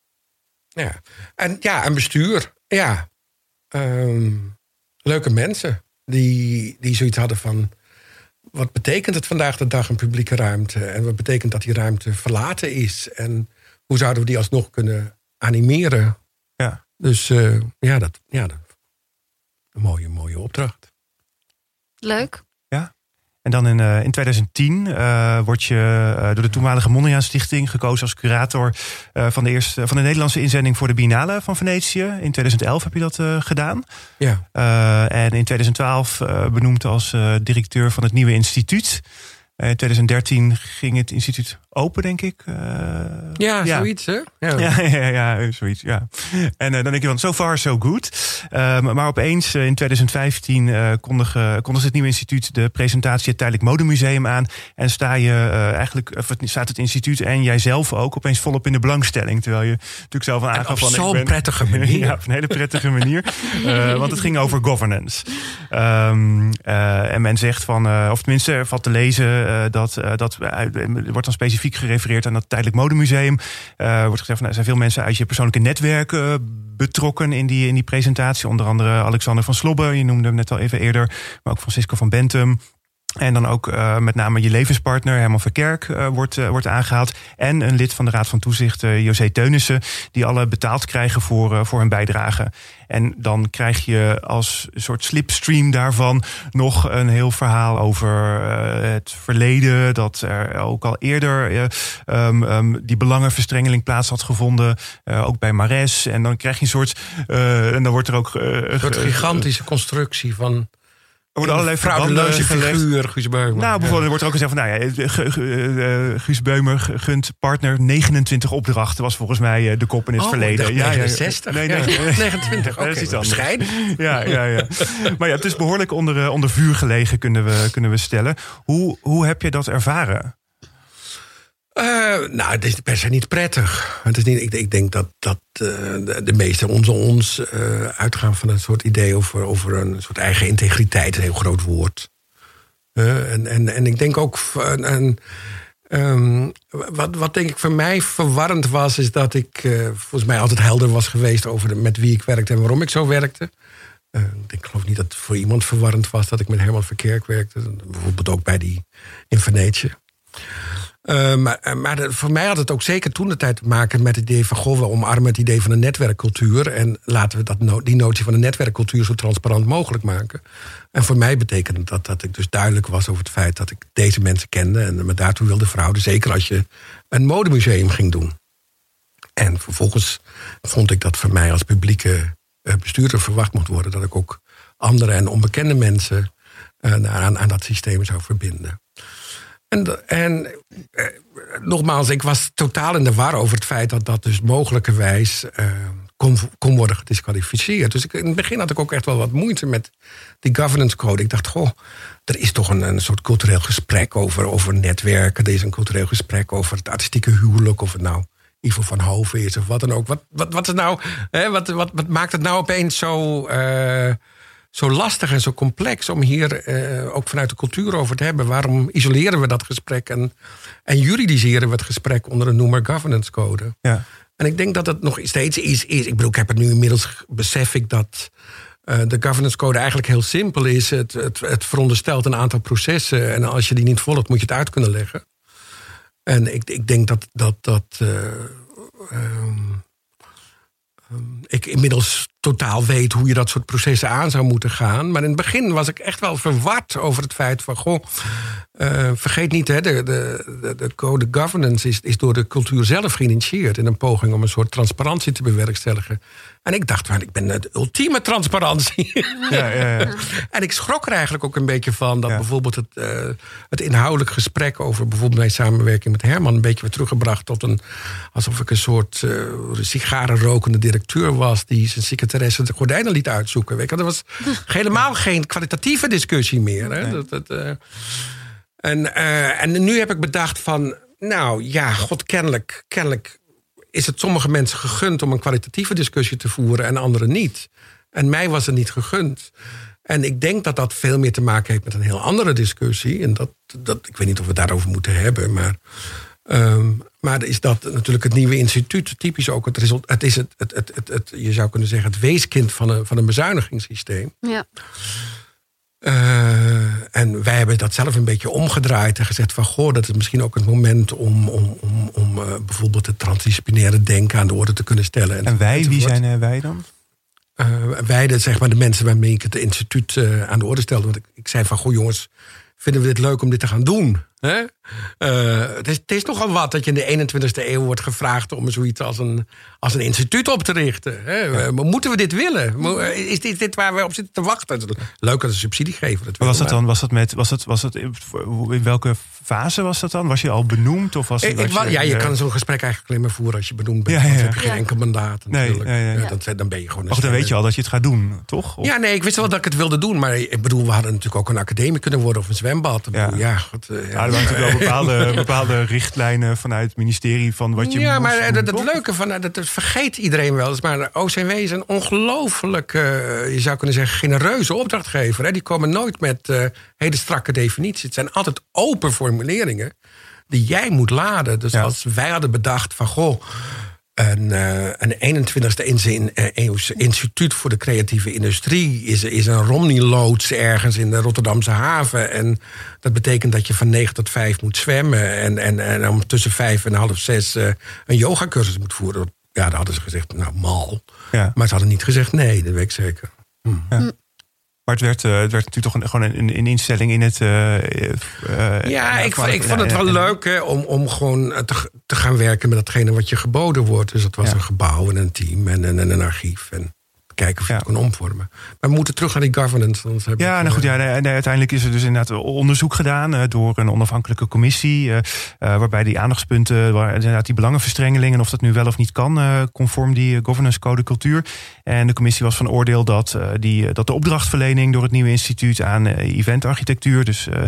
ja. En ja, een bestuur. Ja. Um, leuke mensen. Die, die zoiets hadden van... Wat betekent het vandaag de dag een publieke ruimte? En wat betekent dat die ruimte verlaten is? En hoe zouden we die alsnog kunnen animeren? Ja. Dus uh, ja, dat, ja dat, een mooie, mooie opdracht. Leuk. Ja. En dan in, uh, in twintig tien uh, word je uh, door de toenmalige Mondriaan Stichting gekozen als curator uh, van, de eerste, van de Nederlandse inzending voor de Biennale van Venetië. In twintig elf heb je dat uh, gedaan. Ja. Uh, en in twintig twaalf uh, benoemd als uh, directeur van het nieuwe instituut. In twintig dertien ging het instituut open, denk ik. Uh, ja, ja, zoiets, hè? Ja, ja, ja, ja zoiets, ja. En uh, dan denk je van, so far, so good. Uh, maar opeens, uh, in twintig vijftien, uh, kondigde, kondigde het nieuwe instituut de presentatie Het Tijdelijk Modemuseum aan. En sta je uh, eigenlijk, of het, staat het instituut en jijzelf ook opeens volop in de belangstelling. Terwijl je natuurlijk zelf aan aangaf van... Op zo'n ben, prettige manier. Ja, op een hele prettige manier. Uh, want het ging over governance. Um, uh, en men zegt van, uh, of tenminste, valt te lezen... Uh, dat, uh, dat uh, er wordt dan specifiek gerefereerd aan dat Tijdelijk Modemuseum. Uh, wordt gezegd van, nou, er zijn veel mensen uit je persoonlijke netwerk uh, betrokken in die, in die presentatie. Onder andere Alexander van Slobbe, je noemde hem net al even eerder. Maar ook Francisco van Bentum. En dan ook uh, met name je levenspartner Herman Verkerk uh, wordt, uh, wordt aangehaald. En een lid van de Raad van Toezicht, uh, José Teunissen, die alle betaald krijgen voor, uh, voor hun bijdrage. En dan krijg je als soort slipstream daarvan nog een heel verhaal over uh, het verleden. Dat er ook al eerder uh, um, um, die belangenverstrengeling plaats had gevonden. Uh, ook bij Mares. En dan krijg je een soort... Uh, en dan wordt er ook... Uh, een soort gigantische constructie van... Er worden allerlei frauduleuze figuur, Guus Beumer. Nou, bijvoorbeeld, er wordt er ook gezegd van, nou ja, Guus Beumer gunt partner negenentwintig opdrachten, was volgens mij de kop in het oh, verleden. Ja, negenenzestig. Nee, nee, ja. negenentwintig. Oké, okay, bescheiden. Ja, ja, ja. Maar ja, het is behoorlijk onder, onder vuur gelegen, kunnen we, kunnen we stellen. Hoe, hoe heb je dat ervaren? Uh, nou, het is per se niet prettig. Het is niet, ik, ik denk dat, dat uh, de, de meesten onze ons uh, uitgaan van een soort idee over, over een soort eigen integriteit. Een heel groot woord. Uh, en, en, en ik denk ook... Uh, um, wat, wat denk ik voor mij verwarrend was... is dat ik uh, volgens mij altijd helder was geweest... over de, met wie ik werkte en waarom ik zo werkte. Uh, ik geloof niet dat het voor iemand verwarrend was... dat ik met Herman Verkerk werkte. Bijvoorbeeld ook bij die in Venetië. Uh, maar maar de, voor mij had het ook zeker toen de tijd te maken met het idee van... goh, we omarmen het idee van een netwerkcultuur... en laten we dat no- die notie van een netwerkcultuur zo transparant mogelijk maken. En voor mij betekende dat dat ik dus duidelijk was over het feit... dat ik deze mensen kende en me daartoe wilde verhouden. Zeker als je een modemuseum ging doen. En vervolgens vond ik dat voor mij als publieke bestuurder verwacht mocht worden... dat ik ook andere en onbekende mensen uh, aan, aan dat systeem zou verbinden. En, en eh, nogmaals, ik was totaal in de war over het feit... dat dat dus mogelijkerwijs uh, kon, kon worden gedisqualificeerd. Dus ik, in het begin had ik ook echt wel wat moeite met die governance code. Ik dacht, goh, er is toch een, een soort cultureel gesprek over, over netwerken. Er is een cultureel gesprek over het artistieke huwelijk. Of het nou Ivo van Hoven is of wat dan ook. Wat, wat, wat, is nou, hè, wat, wat, wat maakt het nou opeens zo... Uh, Zo lastig en zo complex om hier uh, ook vanuit de cultuur over te hebben. Waarom isoleren we dat gesprek en, en juridiseren we het gesprek onder een noemer governance code? Ja. En ik denk dat het nog steeds is, is. Ik bedoel, ik heb het nu inmiddels besef ik dat uh, de governance code eigenlijk heel simpel is. Het, het, het veronderstelt een aantal processen. En als je die niet volgt, moet je het uit kunnen leggen. En ik, ik denk dat dat. dat uh, um, um, ik inmiddels totaal weet hoe je dat soort processen aan zou moeten gaan. Maar in het begin was ik echt wel verward over het feit van, goh, uh, vergeet niet, hè, de, de, de code governance is, is door de cultuur zelf geïnitieerd in een poging om een soort transparantie te bewerkstelligen. En ik dacht, ik ben de ultieme transparantie. Ja, ja, ja. En ik schrok er eigenlijk ook een beetje van dat ja. bijvoorbeeld het, uh, het inhoudelijk gesprek over bijvoorbeeld mijn samenwerking met Herman een beetje werd teruggebracht tot een, alsof ik een soort uh, sigarenrokende directeur was die zijn secretaresse de gordijnen liet uitzoeken. Weet je, dat was helemaal geen kwalitatieve discussie meer. Hè? Nee. Dat, dat, uh, en, uh, en nu heb ik bedacht van, nou ja, god, kennelijk, kennelijk is het sommige mensen gegund om een kwalitatieve discussie te voeren en anderen niet. En mij was het niet gegund. En ik denk dat dat veel meer te maken heeft met een heel andere discussie. En dat, dat ik weet niet of we het daarover moeten hebben, maar Um, maar is dat natuurlijk het nieuwe instituut typisch ook het resultaat. Het is het, het, het, het, het, je zou kunnen zeggen, het weeskind van een, van een bezuinigingssysteem. Ja. Uh, en wij hebben dat zelf een beetje omgedraaid en gezegd van, goh, dat is misschien ook het moment om, om, om, om uh, bijvoorbeeld het transdisciplinaire denken aan de orde te kunnen stellen. En, en wij, enzovoort. wie zijn uh, wij dan? Uh, wij, de, zeg maar de mensen waarmee ik het instituut uh, aan de orde stelde. Want ik, ik zei van, goh jongens, vinden we dit leuk om dit te gaan doen? Hè? Uh, het, is, het is nogal wat dat je in de eenentwintigste eeuw wordt gevraagd om zoiets als een, als een instituut op te richten. Hè? Ja. Maar moeten we dit willen? Is dit, dit waar we op zitten te wachten? Leuk dat een subsidie geven. Dat was dat dan? Was dat met? Was dat? Was dat? In welke fase was dat dan? Was je al benoemd of was? Ik, was ik, je, ja, je uh, kan zo'n gesprek eigenlijk alleen maar voeren als je benoemd bent. Ja, ja, ja. Dan heb je geen ja. enkel mandaat. Natuurlijk. Nee, ja, ja, ja. Dan, dan ben je gewoon. Een Ach, dan weet je al dat je het gaat doen, toch? Of? Ja, nee, ik wist wel dat ik het wilde doen, maar ik bedoel, we hadden natuurlijk ook een academie kunnen worden of een zwembad. Ja, bedoel, ja, goed, uh, ja. ja, er waren natuurlijk wel bepaalde, bepaalde richtlijnen vanuit het ministerie van wat je. Ja, moest maar doen, het, het leuke van dat, dat vergeet iedereen wel eens. Maar de O C W is een ongelooflijk, uh, je zou kunnen zeggen, genereuze opdrachtgever. Hè. Die komen nooit met uh, hele strakke definities. Het zijn altijd open formuleringen die jij moet laden. Dus ja. als wij hadden bedacht van, goh, een, uh, een eenentwintigste eeuwse instituut voor de creatieve industrie is, is een Romney-loods ergens in de Rotterdamse haven. En dat betekent dat je van negen tot vijf moet zwemmen en, en, en om tussen vijf en half zes uh, een yogacursus moet voeren. Ja, daar hadden ze gezegd, nou, mal. Ja. Maar ze hadden niet gezegd nee, dat weet ik zeker. Hm. Ja. Maar het werd, uh, het werd natuurlijk toch een, gewoon een, een instelling in het. Uh, uh, ja, ik, ik vond het wel uh, leuk hè, om, om gewoon te, te gaan werken met datgene wat je geboden wordt. Dus dat was ja. een gebouw en een team en, en, en een archief. En kijken of je ja. het kon omvormen. Maar we moeten terug naar die governance. Heb ja, ik, nou goed, ja, nee, nee, uiteindelijk is er dus inderdaad onderzoek gedaan uh, door een onafhankelijke commissie. Uh, uh, waarbij die aandachtspunten, waar, inderdaad die belangenverstrengelingen, of dat nu wel of niet kan, uh, conform die uh, governance code cultuur. En de commissie was van oordeel dat, uh, die, uh, dat de opdrachtverlening door het nieuwe instituut aan uh, eventarchitectuur, dus uh,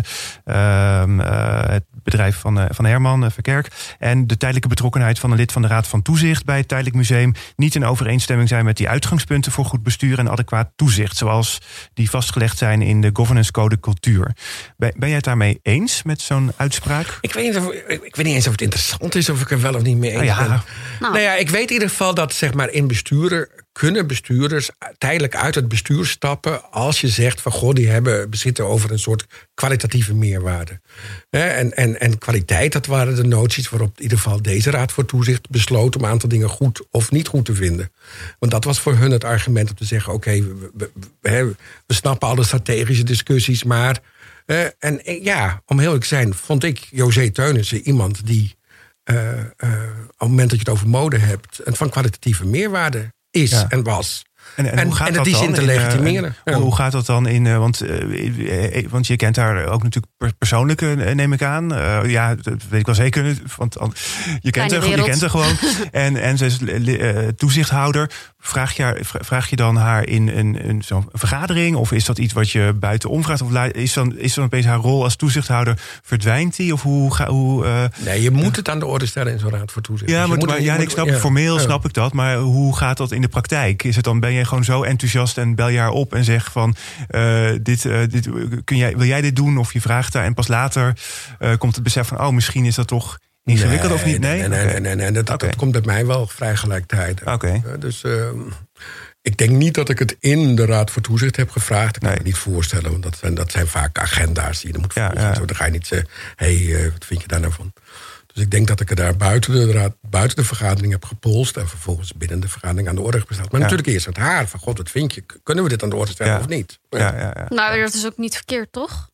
uh, uh, het bedrijf van, uh, van Herman uh, Verkerk, en de tijdelijke betrokkenheid van een lid van de Raad van Toezicht bij het Tijdelijk Museum niet in overeenstemming zijn met die uitgangspunten voor goed bestuur en adequaat toezicht, zoals die vastgelegd zijn in de governance code cultuur. Ben, ben jij het daarmee eens met zo'n uitspraak? Ik weet, niet of, ik weet niet eens of het interessant is of ik er wel of niet mee eens oh ja. ben. Nou. Nou ja, ik weet in ieder geval dat zeg maar in besturen kunnen bestuurders tijdelijk uit het bestuur stappen als je zegt van goh, die hebben bezitten over een soort kwalitatieve meerwaarde. En, en, en kwaliteit, dat waren de noties waarop in ieder geval deze Raad voor Toezicht besloot om een aantal dingen goed of niet goed te vinden. Want dat was voor hun het argument om te zeggen, oké, okay, we, we, we, we snappen alle strategische discussies, maar uh, en ja, om heel eerlijk te zijn, vond ik José Teunissen iemand die uh, uh, op het moment dat je het over mode hebt, een van kwalitatieve meerwaarde is ja. en was. En, en, en hoe gaat en dat die dan zin te legitimeren. In, uh, ja. Hoe gaat dat dan in... Uh, want, uh, want je kent haar ook natuurlijk persoonlijk, uh, neem ik aan. Uh, ja, dat weet ik wel zeker. Want uh, je, kent haar, je kent haar gewoon. en, en ze is uh, toezichthouder. Vraag je, vraag je dan haar in een, een, zo'n vergadering? Of is dat iets wat je buitenom vraagt? Of is dan, is dan opeens haar rol als toezichthouder? Verdwijnt die? Of hoe... Ga, hoe uh, nee, je moet uh, het aan de orde stellen in zo'n Raad voor Toezicht. Ja, dus maar, moet, maar ja, moet, ik snap, ja, formeel ja. snap ik dat. Maar hoe gaat dat in de praktijk? Is het dan, ben je gewoon zo enthousiast en bel je haar op en zeg van uh, dit, uh, dit, kun jij, wil jij dit doen? Of je vraagt haar en pas later uh, komt het besef van oh, misschien is dat toch ingewikkeld nee, of niet? Nee, nee, nee, okay. nee, nee, nee. Dat, Okay. dat komt bij mij wel vrij gelijktijdig. Oké. Okay. Uh, dus uh, ik denk niet dat ik het in de Raad voor Toezicht heb gevraagd. Ik kan nee. me niet voorstellen, want dat zijn, dat zijn vaak agenda's die je moet ja, volgen. ja. Dan ga je niet zeggen, hé, hey, uh, wat vind je daar nou van? Dus ik denk dat ik er daar buiten de, raad, buiten de vergadering heb gepolst... en vervolgens binnen de vergadering aan de orde gesteld. Maar ja. natuurlijk eerst het haar van, god, wat vind je? Kunnen we dit aan de orde stellen ja. of niet? Ja. Ja, ja, ja. Nou, dat is ook niet verkeerd, toch?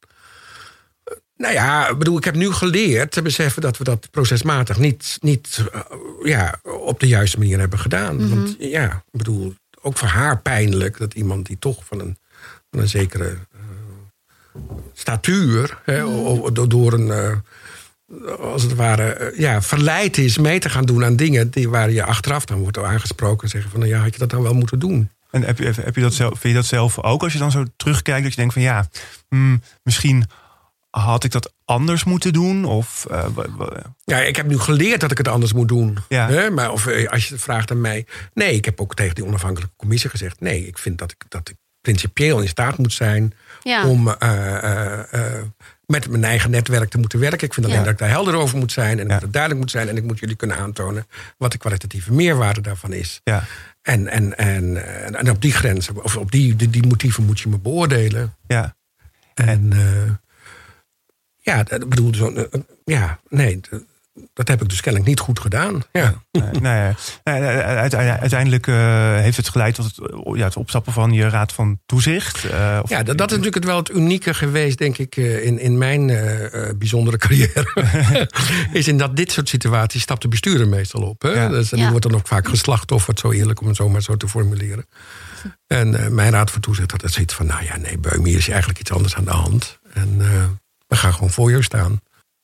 Nou ja, ik bedoel, ik heb nu geleerd te beseffen dat we dat procesmatig niet, niet uh, ja, op de juiste manier hebben gedaan. Mm-hmm. Want ja, ik bedoel, ook voor haar pijnlijk dat iemand die toch van een, van een zekere uh, statuur, hè, mm-hmm. door een, uh, als het ware, uh, ja, verleid is mee te gaan doen aan dingen die, waar je achteraf dan wordt aangesproken en zeggen van, nou ja, had je dat dan wel moeten doen? En heb je, heb je dat zelf, vind je dat zelf ook als je dan zo terugkijkt, dat je denkt van ja, hmm, misschien had ik dat anders moeten doen? Of, uh, w- w- ja, ik heb nu geleerd dat ik het anders moet doen. Ja. Hè? Maar of, als je het vraagt aan mij... Nee, ik heb ook tegen die onafhankelijke commissie gezegd... nee, ik vind dat ik, dat ik principieel in staat moet zijn... Ja. om uh, uh, uh, met mijn eigen netwerk te moeten werken. Ik vind alleen ja. dat ik daar helder over moet zijn... en ja. dat het duidelijk moet zijn... en ik moet jullie kunnen aantonen... wat de kwalitatieve meerwaarde daarvan is. Ja. En, en, en, en op die grenzen, of op die, die, die motieven moet je me beoordelen. Ja. En... Uh, Ja, dat bedoel, zo, uh, ja, nee, dat heb ik dus kennelijk niet goed gedaan. Ja. Nee, nee, nee, uiteindelijk uh, heeft het geleid tot het, ja, het opstappen van je Raad van Toezicht. Uh, of ja, dat, dat is natuurlijk wel het unieke geweest, denk ik, uh, in, in mijn uh, uh, bijzondere carrière. is in dat dit soort situaties stapt de bestuurder meestal op. Hè? Ja. Dus, en die ja. wordt dan ook vaak geslachtofferd, zo eerlijk om het zo maar zo te formuleren. En uh, mijn Raad van Toezicht had het zoiets van, nou ja, nee, Beum, hier is eigenlijk iets anders aan de hand. En... Uh, we gaan gewoon voor je staan.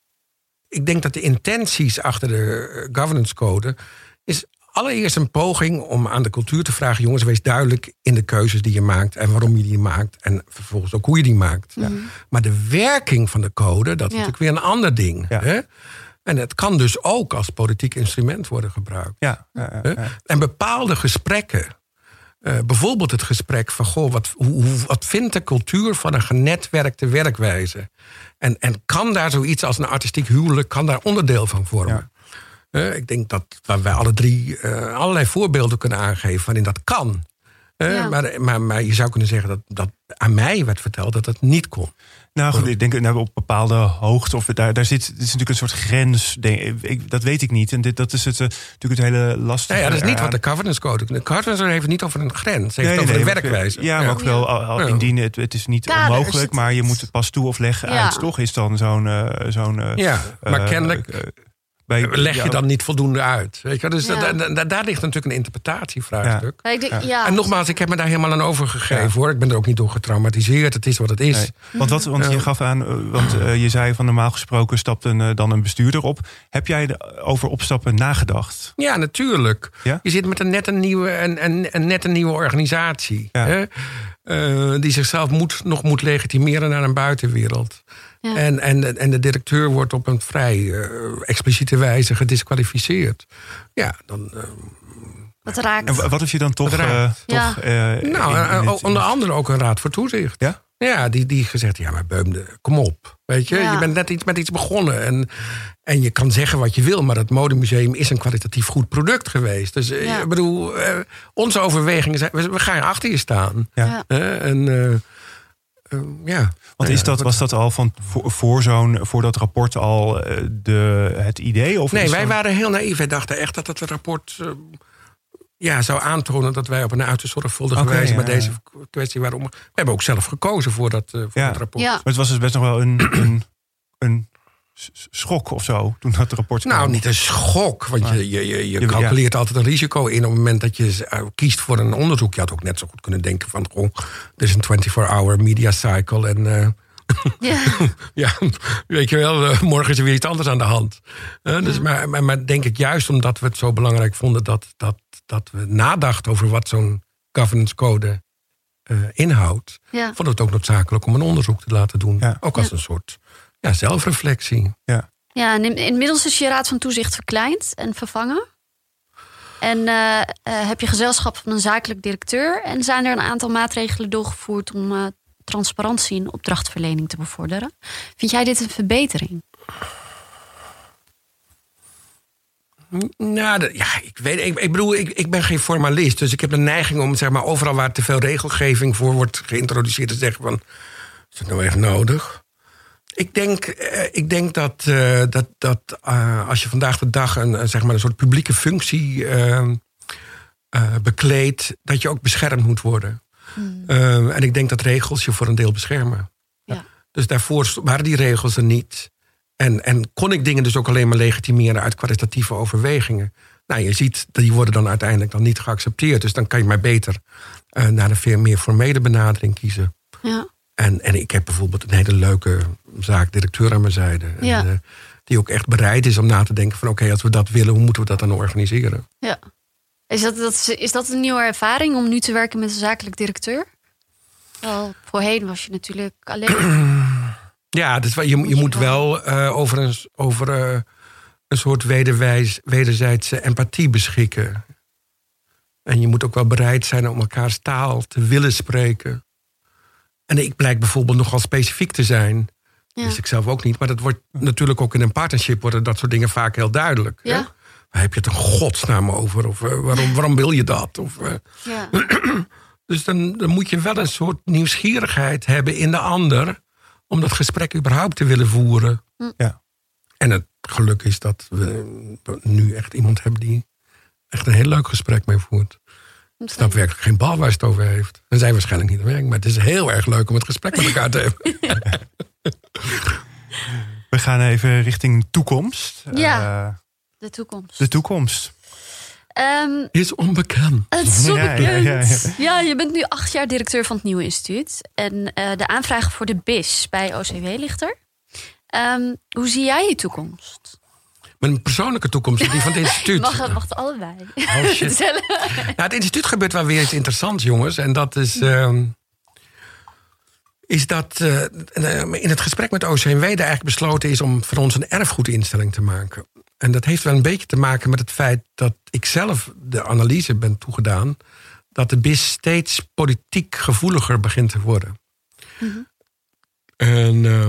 Ik denk dat de intenties achter de governance code... is allereerst een poging om aan de cultuur te vragen... jongens, wees duidelijk in de keuzes die je maakt... en waarom je die maakt. En vervolgens ook hoe je die maakt. Ja. Maar de werking van de code, dat is ja. natuurlijk weer een ander ding. Ja. Hè? En het kan dus ook als politiek instrument worden gebruikt. Ja. Ja, ja, ja. En bepaalde gesprekken... Uh, bijvoorbeeld het gesprek van, goh, wat, hoe, wat vindt de cultuur van een genetwerkte werkwijze? En, en kan daar zoiets als een artistiek huwelijk, kan daar onderdeel van vormen? Ja. Uh, ik denk dat wij alle drie uh, allerlei voorbeelden kunnen aangeven waarin dat kan. Uh, ja. maar, maar, maar je zou kunnen zeggen dat, dat aan mij werd verteld dat dat niet kon. Nou goed, ik denk nou, op bepaalde hoogte, of daar, daar zit, dit is natuurlijk een soort grens, denk ik, dat weet ik niet. En dit, dat is het, uh, natuurlijk het hele lastige. Ja, ja, dat is niet wat de governance code. De governance code heeft het niet over een grens, het heeft nee, het over nee, een werkwijze. Ja, maar ook ja. wel, al, al indien het, het is niet Kaders, onmogelijk, maar je moet het pas toe of leggen ja. uit. Toch is dan zo'n... Uh, zo'n uh, ja, maar uh, kennelijk... Uh, Bij, leg je ja, dan niet voldoende uit. Weet je? Dus ja. da, da, daar ligt natuurlijk een interpretatievraagstuk. Ja. Ja. Ja. En nogmaals, ik heb me daar helemaal aan overgegeven. Ja. Hoor. Ik ben er ook niet door getraumatiseerd. Het is wat het is. Nee. Want, wat, want je gaf aan, want uh, je zei van normaal gesproken stapt een, uh, dan een bestuurder op. Heb jij de, over opstappen nagedacht? Ja, natuurlijk. Ja? Je zit met een net een nieuwe, een, een, een net een nieuwe organisatie. Ja. Hè? Uh, die zichzelf moet, nog moet legitimeren naar een buitenwereld. Ja. En, en, en de directeur wordt op een vrij uh, expliciete wijze gedisqualificeerd. Ja, dan... Uh, wat raakt. En wat als je dan toch... Uh, ja. toch uh, nou, in, in het, onder andere ook een raad voor toezicht. Ja? Ja, die, die gezegd, ja, maar Beum, kom op. Weet je, ja. je bent net iets met iets begonnen. En, en je kan zeggen wat je wil, maar het Modemuseum is een kwalitatief goed product geweest. Dus ja. ik bedoel, uh, onze overwegingen zijn, we, we gaan achter je staan. Ja. Uh, en... Uh, Uh, ja. Want is dat, was dat al van voor, voor zo'n voor dat rapport al uh, de, het idee? Of nee, wij dat... waren heel naïef. Wij dachten echt dat het rapport uh, ja, zou aantonen dat wij op een uiterst zorgvuldige okay, wijze ja, met deze ja. kwestie waren om. We hebben ook zelf gekozen voor dat, uh, voor ja. dat rapport. Ja. Maar het was dus best nog wel een, een, een schok of zo toen dat rapport kwam. Nou, niet een schok, want je, je, je, je calculeert ja. altijd een risico in op het moment dat je uh, kiest voor een onderzoek. Je had ook net zo goed kunnen denken van, oh, er is een twenty-four hour media cycle en uh, ja. ja, weet je wel, uh, morgen is er weer iets anders aan de hand. Uh, dus, ja. maar, maar, maar denk ik juist omdat we het zo belangrijk vonden dat, dat, dat we nadachten over wat zo'n governance code uh, inhoudt, ja. vond het ook noodzakelijk om een onderzoek te laten doen. Ja. Ook als ja. een soort ja, zelfreflectie. Ja. Ja, en inmiddels is je raad van toezicht verkleind en vervangen. En uh, uh, heb je gezelschap van een zakelijk directeur. En zijn er een aantal maatregelen doorgevoerd om uh, transparantie in opdrachtverlening te bevorderen. Vind jij dit een verbetering? Nou, de, ja, ik weet. Ik, ik bedoel, ik, ik ben geen formalist. Dus ik heb de neiging om, zeg maar, overal waar te veel regelgeving voor wordt geïntroduceerd, te zeggen van, is dat nou echt nodig? Ik denk, uh, ik denk dat, uh, dat, dat uh, als je vandaag de dag een, uh, zeg maar een soort publieke functie uh, uh, bekleedt, dat je ook beschermd moet worden. Hmm. Uh, en ik denk dat regels je voor een deel beschermen. Ja. Dus daarvoor waren die regels er niet. En, en kon ik dingen dus ook alleen maar legitimeren uit kwalitatieve overwegingen. Nou, je ziet, die worden dan uiteindelijk dan niet geaccepteerd. Dus dan kan je maar beter uh, naar een veel meer formele benadering kiezen. Ja. En, en ik heb bijvoorbeeld een hele leuke zaakdirecteur aan mijn zijde. Ja. En, uh, die ook echt bereid is om na te denken van, oké, okay, als we dat willen, hoe moeten we dat dan organiseren? Ja. Is dat, dat, is dat een nieuwe ervaring om nu te werken met een zakelijk directeur? Wel, voorheen was je natuurlijk alleen. Ja, dus je, je moet wel uh, over, een, over uh, een soort wederwijs, wederzijdse empathie beschikken. En je moet ook wel bereid zijn om elkaars taal te willen spreken. En ik blijk bijvoorbeeld nogal specifiek te zijn. Ja. Dat wist ik zelf ook niet. Maar dat wordt natuurlijk ook in een partnership worden dat soort dingen vaak heel duidelijk. Ja. Hè? Waar heb je het een godsnaam over? Of uh, waarom, waarom wil je dat? Of, uh, ja. Dus dan, dan moet je wel een soort nieuwsgierigheid hebben in de ander, om dat gesprek überhaupt te willen voeren. Ja. En het geluk is dat we nu echt iemand hebben die echt een heel leuk gesprek mee voert. Ik snap werkelijk geen bal waar ze het over heeft. En zij waarschijnlijk niet werkt, maar het is heel erg leuk om het gesprek met elkaar te hebben. We gaan even richting toekomst. Ja, uh, de toekomst. De toekomst. Um, is onbekend. Het is onbekend. Ja, ja, ja, ja. ja, je bent nu acht jaar directeur van het Nieuwe Instituut. En uh, de aanvraag voor de B I S bij O C W ligt er. Um, hoe zie jij je toekomst? Mijn persoonlijke toekomst, die van het instituut. Mag het mag allebei. Oh shit. Nou, het instituut gebeurt wel weer iets interessants, jongens. En dat is... Uh, is dat uh, in het gesprek met O C W er eigenlijk besloten is om voor ons een erfgoedinstelling te maken. En dat heeft wel een beetje te maken met het feit dat ik zelf de analyse ben toegedaan dat de B I S steeds politiek gevoeliger begint te worden. Mm-hmm. En, uh,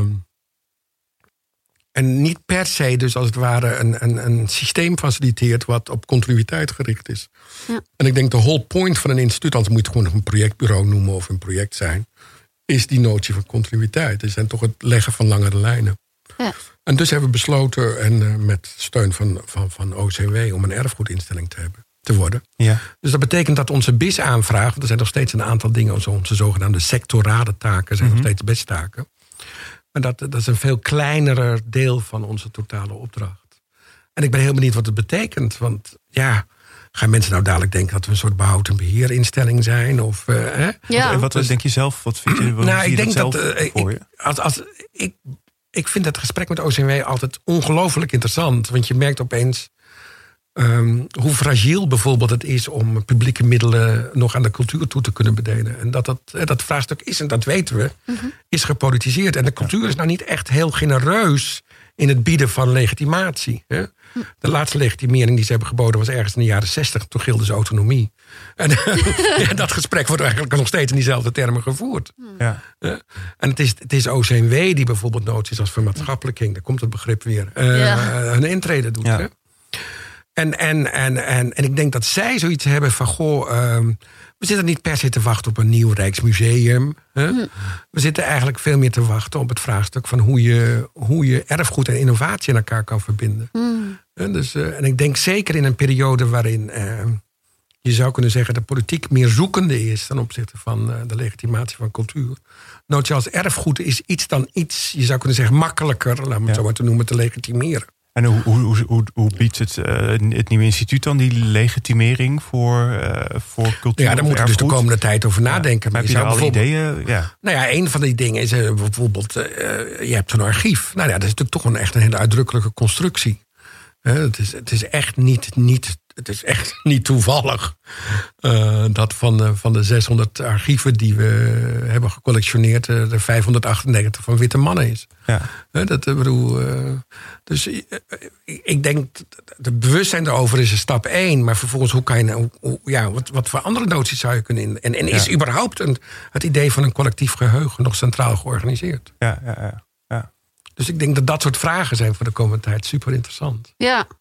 en niet per se dus als het ware een, een, een systeem faciliteert wat op continuïteit gericht is. Ja. En ik denk de whole point van een instituut, anders moet je het gewoon een projectbureau noemen of een project zijn, is die notie van continuïteit. Dus en toch het leggen van langere lijnen. Ja. En dus hebben we besloten, en uh, met steun van, van, van O C W, om een erfgoedinstelling te hebben, te worden. Ja. Dus dat betekent dat onze B I S-aanvraag, want er zijn nog steeds een aantal dingen, onze, onze zogenaamde sectorale taken zijn mm-hmm. nog steeds B I S-taken. Maar dat, dat is een veel kleinerer deel van onze totale opdracht. En ik ben heel benieuwd wat het betekent. Want ja, gaan mensen nou dadelijk denken dat we een soort behoud- en beheerinstelling zijn? Of, uh, hè? Ja. En wat dus, denk je zelf? Wat vind je, wat nou, zie je ik denk dat, dat zelf uh, voor ik, je? Als, als, ik, ik vind het gesprek met O C W altijd ongelooflijk interessant. Want je merkt opeens um, hoe fragiel bijvoorbeeld het is om publieke middelen nog aan de cultuur toe te kunnen bedelen. En dat dat, dat vraagstuk is, en dat weten we, mm-hmm. is gepolitiseerd. En de cultuur is nou niet echt heel genereus in het bieden van legitimatie. Hè? De laatste legitimering die ze hebben geboden was ergens in de jaren zestig. Toen gilde ze autonomie. En ja, dat gesprek wordt eigenlijk nog steeds in diezelfde termen gevoerd. Ja. Ja. En het is, het is O C W die bijvoorbeeld noties als vermaatschappelijking, daar komt het begrip weer, uh, ja. een intrede doet. Ja. Hè? En, en, en, en, en ik denk dat zij zoiets hebben van, goh, uh, we zitten niet per se te wachten op een nieuw Rijksmuseum. Hè? Hm. We zitten eigenlijk veel meer te wachten op het vraagstuk van hoe je, hoe je erfgoed en innovatie in elkaar kan verbinden. Hm. En, dus, uh, en ik denk zeker in een periode waarin uh, je zou kunnen zeggen de politiek meer zoekende is ten opzichte van uh, de legitimatie van cultuur. Nootje als erfgoed is iets dan iets, je zou kunnen zeggen, makkelijker, laten we het ja. zo maar te noemen, te legitimeren. En hoe, hoe, hoe, hoe biedt het, uh, het nieuwe instituut dan die legitimering voor, uh, voor cultuur? Ja, daar moet je dus de komende tijd over nadenken. Ja, maar heb je, je al ideeën? Ja. Nou ja, een van die dingen is uh, bijvoorbeeld, uh, je hebt zo'n archief. Nou ja, dat is natuurlijk toch een, echt een hele uitdrukkelijke constructie. Uh, het, is, het is echt niet, niet, het is echt niet toevallig uh, dat van de, van de zeshonderd archieven die we hebben gecollectioneerd, uh, er vijfhonderdachtennegentig van witte mannen is. Ja. Uh, dat, uh, bedoel, uh, dus uh, ik denk, de bewustzijn erover is een stap één. Maar vervolgens, hoe kan je nou, hoe, ja, wat, wat voor andere noties zou je kunnen in? En, en is ja. überhaupt een, het idee van een collectief geheugen nog centraal georganiseerd? Ja, ja, ja. ja. Dus ik denk dat dat soort vragen zijn voor de komende tijd super interessant. Ja.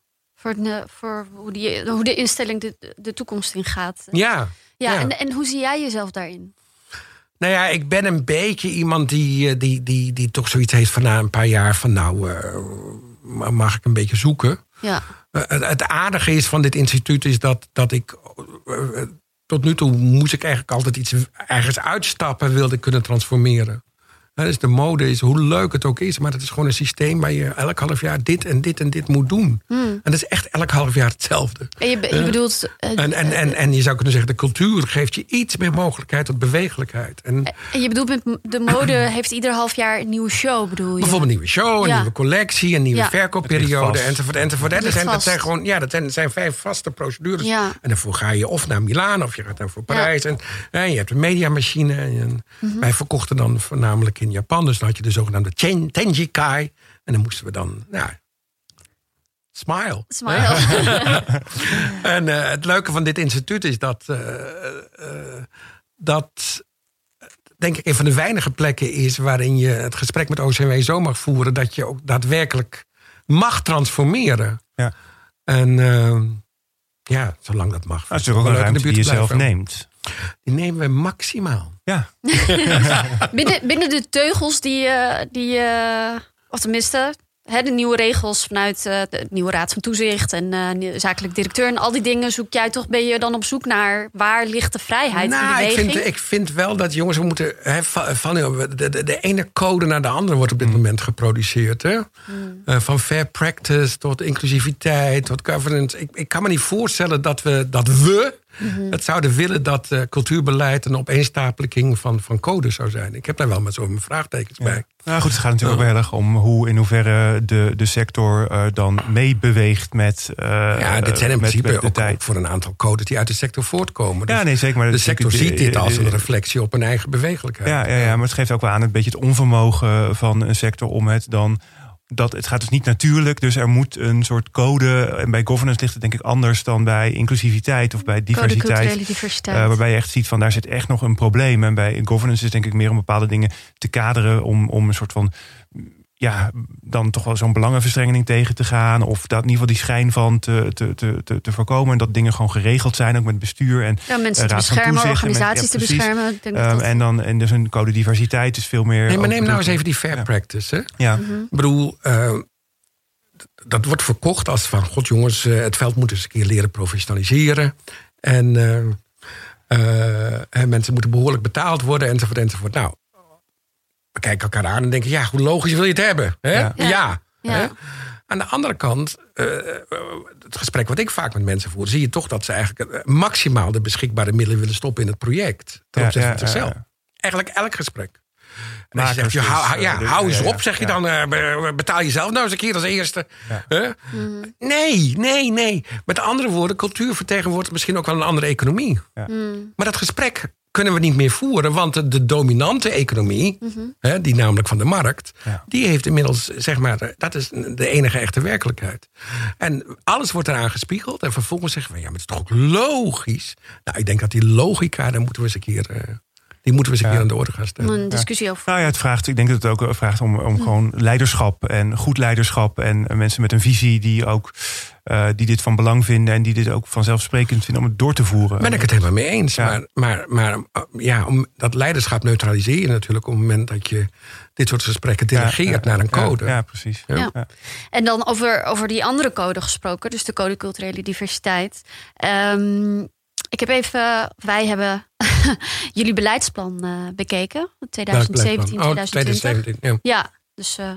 Voor, de, voor hoe, die, hoe de instelling de, de toekomst in gaat. Ja. Ja, ja. En, en hoe zie jij jezelf daarin? Nou ja, ik ben een beetje iemand die, die, die, die toch zoiets heeft van na een paar jaar van nou, uh, mag ik een beetje zoeken. Ja. Uh, het, het aardige is van dit instituut is dat, dat ik uh, tot nu toe moest ik eigenlijk altijd iets ergens uitstappen, wilde ik kunnen transformeren. Ja, dus de mode is, hoe leuk het ook is, maar het is gewoon een systeem waar je elk half jaar dit en dit en dit moet doen. Hmm. En dat is echt elk half jaar hetzelfde. En je, je bedoelt... Uh, en, en, en, en je zou kunnen zeggen, de cultuur geeft je iets meer mogelijkheid tot bewegelijkheid. En, en je bedoelt, met de mode heeft ieder half jaar een nieuwe show, bedoel je? Bijvoorbeeld een nieuwe show, een ja. nieuwe collectie, een nieuwe ja. verkoopperiode, enzovoort. enzovoort. Dat, zijn, dat zijn gewoon, ja, dat zijn, dat zijn vijf vaste procedures. Ja. En daarvoor ga je of naar Milaan of je gaat dan voor Parijs. Ja. En, en je hebt een mediamachine. En, mm-hmm. Wij verkochten dan voornamelijk in Japan, dus dan had je de zogenaamde Ten, Tenjikai. En dan moesten we dan, nou, smile. Smile. En uh, het leuke van dit instituut is dat, uh, uh, dat, denk ik, een van de weinige plekken is waarin je het gesprek met O C M W zo mag voeren dat je ook daadwerkelijk mag transformeren. Ja. En uh, ja, zolang dat mag. Dat is ook een ruimte die je zelf neemt. Die nemen we maximaal. Ja. binnen, binnen de teugels die, uh, die uh, of tenminste, hè, de nieuwe regels vanuit uh, de nieuwe raad van toezicht en uh, zakelijk directeur en al die dingen, zoek jij toch, ben je dan op zoek naar waar ligt de vrijheid nou, in de beweging? Ik vind, ik vind wel dat, jongens, we moeten hè, van de, de, de ene code naar de andere wordt op dit mm. moment geproduceerd. Hè? Mm. Uh, van fair practice tot inclusiviteit, tot governance. Ik, ik kan me niet voorstellen dat we, dat we Mm-hmm. het zouden willen dat uh, cultuurbeleid een opeenstapeling van, van codes zou zijn. Ik heb daar wel met zo'n vraagtekens ja. bij. Nou goed, het gaat natuurlijk oh. ook wel erg om hoe in hoeverre de, de sector uh, dan meebeweegt met uh, ja, dit zijn in met, principe met de ook, tijd. ook voor een aantal codes die uit de sector voortkomen. Dus ja, nee, zeker. Maar de sector de, ziet dit als een reflectie op een eigen bewegelijkheid. Ja, ja, ja, maar het geeft ook wel aan een beetje het onvermogen van een sector om het dan... Dat, het gaat dus niet natuurlijk, dus er moet een soort code... en bij governance ligt het denk ik anders dan bij inclusiviteit of bij diversiteit. Code culturele diversiteit. Uh, waarbij je echt ziet van daar zit echt nog een probleem. En bij governance is denk ik meer om bepaalde dingen te kaderen... om, om een soort van... ja, dan toch wel zo'n belangenverstrengeling tegen te gaan... of dat in ieder geval die schijn van te, te, te, te voorkomen... en dat dingen gewoon geregeld zijn, ook met bestuur en ja, mensen uh, te beschermen, organisaties met, ja, te beschermen. Ik denk um, dat en dan en dus een code diversiteit is veel meer... Nee, maar neem nou eens even die fair ja. practice. Hè? Ja. Mm-hmm. Ik bedoel, uh, dat wordt verkocht als van... god jongens, uh, het veld moet eens een keer leren professionaliseren... en uh, uh, en mensen moeten behoorlijk betaald worden, enzovoort, enzovoort. Nou... We kijken elkaar aan en denken, ja, hoe logisch wil je het hebben? Hè? Ja. ja. ja. Hè? Aan de andere kant, uh, het gesprek wat ik vaak met mensen voer... zie je toch dat ze eigenlijk maximaal de beschikbare middelen willen stoppen in het project. Ten opzichte ja, ja, van zichzelf. Ja, ja. Eigenlijk elk gesprek. En als je zegt, je, hou, ja, dus, hou eens ja, op, zeg je ja. dan, uh, betaal jezelf nou eens een keer als eerste. Ja. Huh? Mm. Nee, nee, nee. Met andere woorden, cultuur vertegenwoordigt misschien ook wel een andere economie. Ja. Mm. Maar dat gesprek kunnen we niet meer voeren, want de, de dominante economie, mm-hmm. hè, die namelijk van de markt, ja. die heeft inmiddels, zeg maar, dat is de enige echte werkelijkheid. En alles wordt eraan gespiegeld en vervolgens zeggen we, ja, maar het is toch ook logisch. Nou, ik denk dat die logica, daar moeten we eens een keer... Uh, Die moeten we eens een keer ja. aan de orde gaan stellen. Een discussie over. Nou ja, het vraagt, ik denk dat het ook vraagt om, om gewoon leiderschap en goed leiderschap en mensen met een visie die ook uh, die dit van belang vinden en die dit ook vanzelfsprekend vinden om het door te voeren. Ben ik het helemaal mee eens. Ja. Maar, maar, maar ja, om dat leiderschap neutraliseer je natuurlijk op het moment dat je dit soort gesprekken delegeert ja, ja, naar een code. Ja, ja precies. Ja. Ja. En dan over, over die andere code gesproken, dus de code culturele diversiteit. Um, Ik heb even, wij hebben jullie beleidsplan uh, bekeken, twintig zeventien twintig twintig. Oh, twintig zeventien, ja. Ja, dus uh,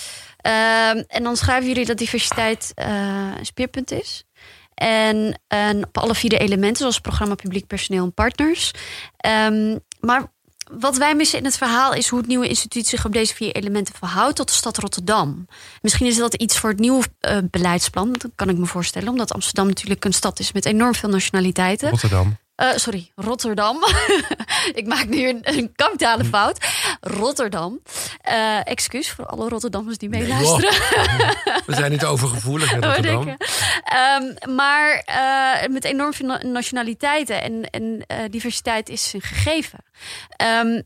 uh, en dan schrijven jullie dat diversiteit uh, een speerpunt is. En, en op alle vier de elementen, zoals programma, publiek, personeel en partners. Um, maar wat wij missen in het verhaal is hoe het nieuwe instituut zich op deze vier elementen verhoudt tot de stad Rotterdam. Misschien is dat iets voor het nieuwe uh, beleidsplan, dat kan ik me voorstellen, omdat Amsterdam natuurlijk een stad is met enorm veel nationaliteiten. Rotterdam. Uh, sorry, Rotterdam. Ik maak nu een, een kapitale fout. Rotterdam. Uh, excuus voor alle Rotterdammers die meeluisteren. Nee, we zijn niet overgevoelig in Rotterdam. Um, maar uh, met enorm veel nationaliteiten en, en uh, diversiteit is een gegeven. Um,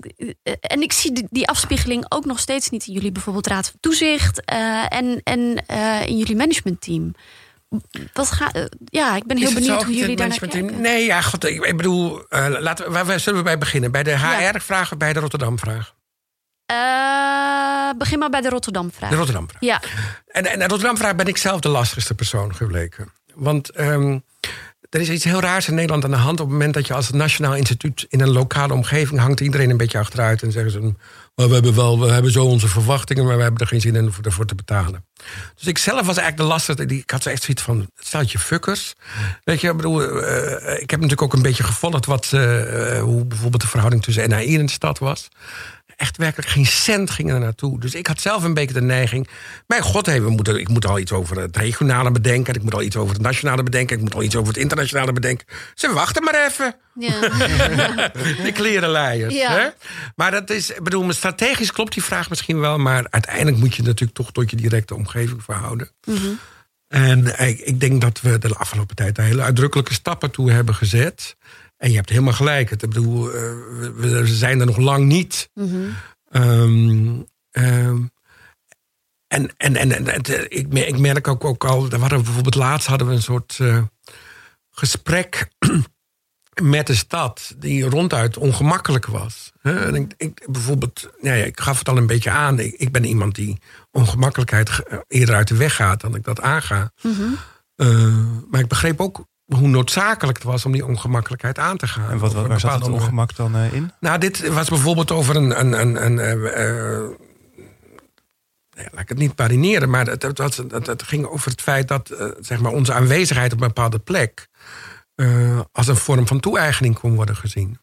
En ik zie die, die afspiegeling ook nog steeds niet in jullie bijvoorbeeld Raad van Toezicht uh, en, en uh, in jullie managementteam. wat ga, uh, ja, ik ben heel benieuwd hoe jullie daar naar kijken. Nee, ja, god, ik, ik bedoel, uh, laten we, waar, waar zullen we bij beginnen? Bij de H R-vraag of bij de Rotterdam-vraag? Uh, begin maar bij de Rotterdam-vraag. De Rotterdam-vraag. Ja. En, en de Rotterdam-vraag ben ik zelf de lastigste persoon gebleken. Want um, er is iets heel raars in Nederland aan de hand. Op het moment dat je als Nationaal Instituut in een lokale omgeving hangt iedereen een beetje achteruit en zeggen ze: well, we hebben wel, we hebben zo onze verwachtingen, maar we hebben er geen zin in om ervoor te betalen. Dus ik zelf was eigenlijk de lastigste. Ik had zo echt zoiets van: steltje fuckers. Weet je, ik bedoel, uh, ik heb natuurlijk ook een beetje gevolgd wat, uh, hoe bijvoorbeeld de verhouding tussen N H I in de stad was. Echt werkelijk geen cent ging er naartoe. Dus ik had zelf een beetje de neiging. Mijn god, hey, we moeten, ik moet al iets over het regionale bedenken. Ik moet al iets over het nationale bedenken. Ik moet al iets over het internationale bedenken. Ze wachten maar even. Ja. De klerenleiers. Ja. Hè? Maar dat is, ik bedoel, strategisch klopt die vraag misschien wel. Maar uiteindelijk moet je natuurlijk toch tot je directe omgeving verhouden. Mm-hmm. En ik, ik denk dat we de afgelopen tijd daar hele uitdrukkelijke stappen toe hebben gezet. En je hebt helemaal gelijk. Ik bedoel, uh, we, we zijn er nog lang niet. Mm-hmm. Um, um, en en, en, en het, ik, ik merk ook, ook al... We hadden bijvoorbeeld laatst hadden we een soort uh, gesprek met de stad... die ronduit ongemakkelijk was. Huh? En ik, ik, bijvoorbeeld, nou ja, ik gaf het al een beetje aan. Ik, ik ben iemand die ongemakkelijkheid eerder uit de weg gaat... dan ik dat aanga. Mm-hmm. Uh, maar ik begreep ook... hoe noodzakelijk het was om die ongemakkelijkheid aan te gaan. En wat, waar zat het ongemak dan uh, in? Nou, dit was bijvoorbeeld over een... een, een, een uh, uh, ja, laat ik het niet parineren, maar het, het, het, het, het ging over het feit dat uh, zeg maar onze aanwezigheid op een bepaalde plek... Uh, als een vorm van toe-eigening kon worden gezien.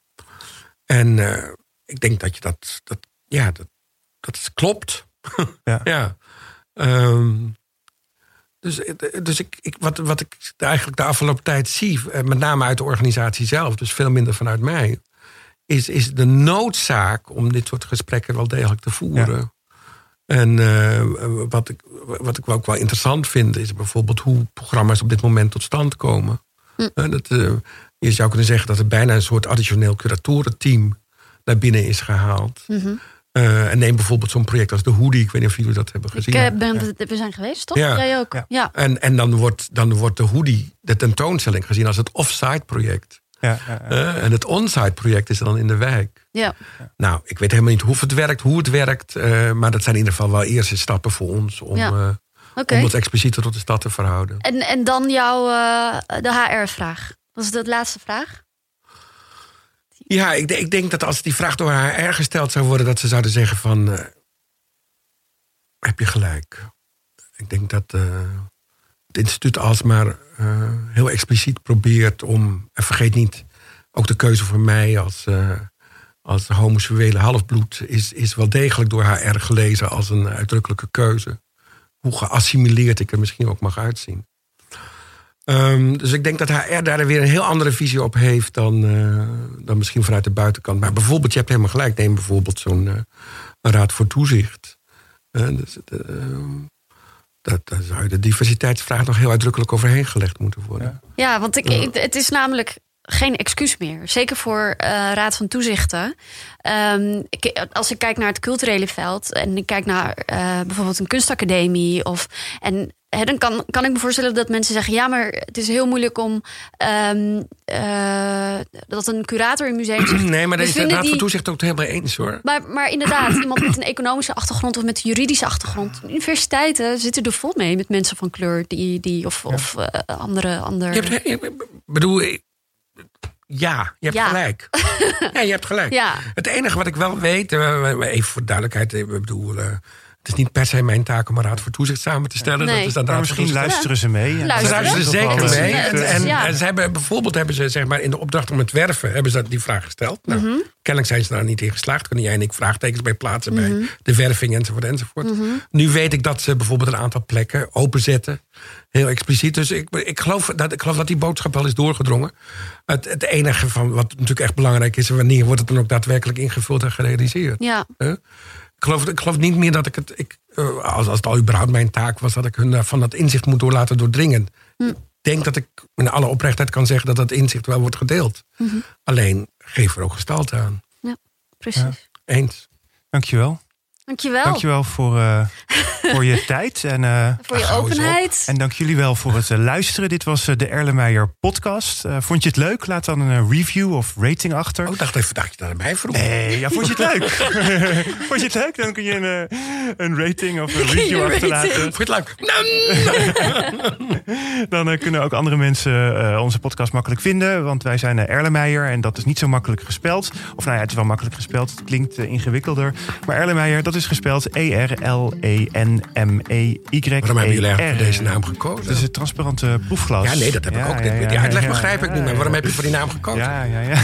En uh, ik denk dat je dat... dat ja, dat, dat klopt. Ja. ja. Um, Dus, dus ik, ik, wat, wat ik eigenlijk de afgelopen tijd zie, met name uit de organisatie zelf, dus veel minder vanuit mij, is, is de noodzaak om dit soort gesprekken wel degelijk te voeren. Ja. En uh, wat, ik, wat ik ook wel interessant vind, is bijvoorbeeld hoe programma's op dit moment tot stand komen. Hm. Uh, dat, uh, je zou kunnen zeggen dat er bijna een soort additioneel curatorenteam naar binnen is gehaald. Mm-hmm. Uh, en neem bijvoorbeeld zo'n project als de Hoodie. Ik weet niet of jullie dat hebben gezien. Ik, uh, ben, ja. We zijn geweest, toch? Ja. Jij ook. Ja. Ja. En, en dan, wordt, dan wordt de Hoodie, de tentoonstelling, gezien als het off-site project. Ja, ja, ja. Uh, en het on-site project is dan in de wijk. Ja. Nou, ik weet helemaal niet hoe het werkt, hoe het werkt. Uh, maar dat zijn in ieder geval wel eerste stappen voor ons... om, ja. uh, okay. om ons explicieter tot de stad te verhouden. En, en dan jouw uh, de H R-vraag. Was dat de laatste vraag? Ja, ik, ik denk dat als die vraag door H R gesteld zou worden... dat ze zouden zeggen van... Uh, heb je gelijk. Ik denk dat uh, het instituut alsmaar uh, heel expliciet probeert om... en vergeet niet, ook de keuze voor mij als, uh, als homoseksuele halfbloed... Is, is wel degelijk door H R gelezen als een uitdrukkelijke keuze. Hoe geassimileerd ik er misschien ook mag uitzien. Um, dus ik denk dat H R daar weer een heel andere visie op heeft dan, uh, dan misschien vanuit de buitenkant. Maar bijvoorbeeld, je hebt helemaal gelijk, neem bijvoorbeeld zo'n uh, een raad voor toezicht. Uh, dus, uh, dat, daar zou je de diversiteitsvraag nog heel uitdrukkelijk overheen gelegd moeten worden. Ja, ja want ik, ik, het is namelijk geen excuus meer. Zeker voor uh, Raad van Toezichten. Um, ik, als ik kijk naar het culturele veld en ik kijk naar uh, bijvoorbeeld een kunstacademie of en He, dan kan, kan ik me voorstellen dat mensen zeggen... ja, maar het is heel moeilijk om... Um, uh, dat een curator in een museum zegt... Nee, maar daar is de Raad die... van Toezicht ook helemaal eens, hoor. Maar, maar inderdaad, iemand met een economische achtergrond... of met een juridische achtergrond. Universiteiten zitten er vol mee met mensen van kleur... die, die of, ja. of uh, andere... andere... Je hebt, je, bedoel, ja, je hebt ja. gelijk. Ja, je hebt gelijk. Ja. Het enige wat ik wel weet... even voor duidelijkheid, ik bedoel... Uh, Het is niet per se mijn taak om een raad voor toezicht samen te stellen. Nee. Dat is dan maar misschien luisteren ze mee. Ja. Luisteren. Ze luisteren zeker mee. En, en, ja. en ze hebben, bijvoorbeeld hebben ze zeg maar, in de opdracht om het werven... hebben ze die vraag gesteld. Nou, mm-hmm. Kennelijk zijn ze daar niet in geslaagd. Kunnen jij en ik vraagtekens bij plaatsen... Mm-hmm. bij de werving enzovoort enzovoort. Mm-hmm. Nu weet ik dat ze bijvoorbeeld een aantal plekken openzetten. Heel expliciet. Dus ik, ik, geloof, dat, ik geloof dat die boodschap wel is doorgedrongen. Het, het enige van wat natuurlijk echt belangrijk is... wanneer wordt het dan ook daadwerkelijk ingevuld en gerealiseerd. Ja. Huh? Ik geloof, ik geloof niet meer dat ik het... Ik, uh, als, als het al überhaupt mijn taak was... dat ik hun uh, van dat inzicht moet door laten doordringen. Hm. Ik denk dat ik in alle oprechtheid kan zeggen... dat dat inzicht wel wordt gedeeld. Mm-hmm. Alleen, geef er ook gestalte aan. Ja, precies. Ja. Eens. Dankjewel. Dankjewel. Dankjewel voor, uh, voor je tijd. En, uh, voor je openheid. En dank jullie wel voor het uh, luisteren. Dit was uh, de Erlenmeyer podcast. Uh, vond je het leuk? Laat dan een uh, review of rating achter. Oh, ik dacht even dat je daarbij vroeg. Nee, ja, vond je het leuk? Vond je het leuk? Dan kun je een, uh, een rating of een review achterlaten. Vond je het leuk? Dan uh, kunnen ook andere mensen uh, onze podcast makkelijk vinden. Want wij zijn uh, Erlenmeyer en dat is niet zo makkelijk gespeld. Of nou ja, het is wel makkelijk gespeld. Het klinkt uh, ingewikkelder. Maar Erlenmeyer, dat is gespeld E R L E N M E Y E R. Waarom hebben jullie eigenlijk voor deze naam gekozen? Dat is het transparante proefglas. Ja, nee, dat heb ja, ik ook. Ja, ja, die uitleg ja, begrijp ja, ik niet. Maar waarom heb je voor die naam gekozen? Ja, ja, ja.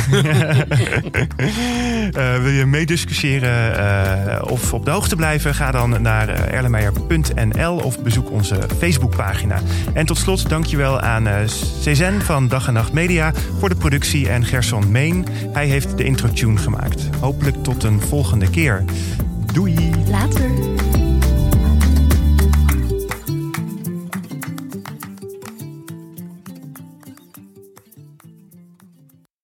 uh, wil je meediscussiëren uh, of op de hoogte blijven? Ga dan naar uh, erlenmeyer punt n l of bezoek onze Facebookpagina. En tot slot dankjewel aan uh, Cezanne van Dag en Nacht Media voor de productie en Gerson Meen. Hij heeft de intro-tune gemaakt. Hopelijk tot een volgende keer. Doei! Later!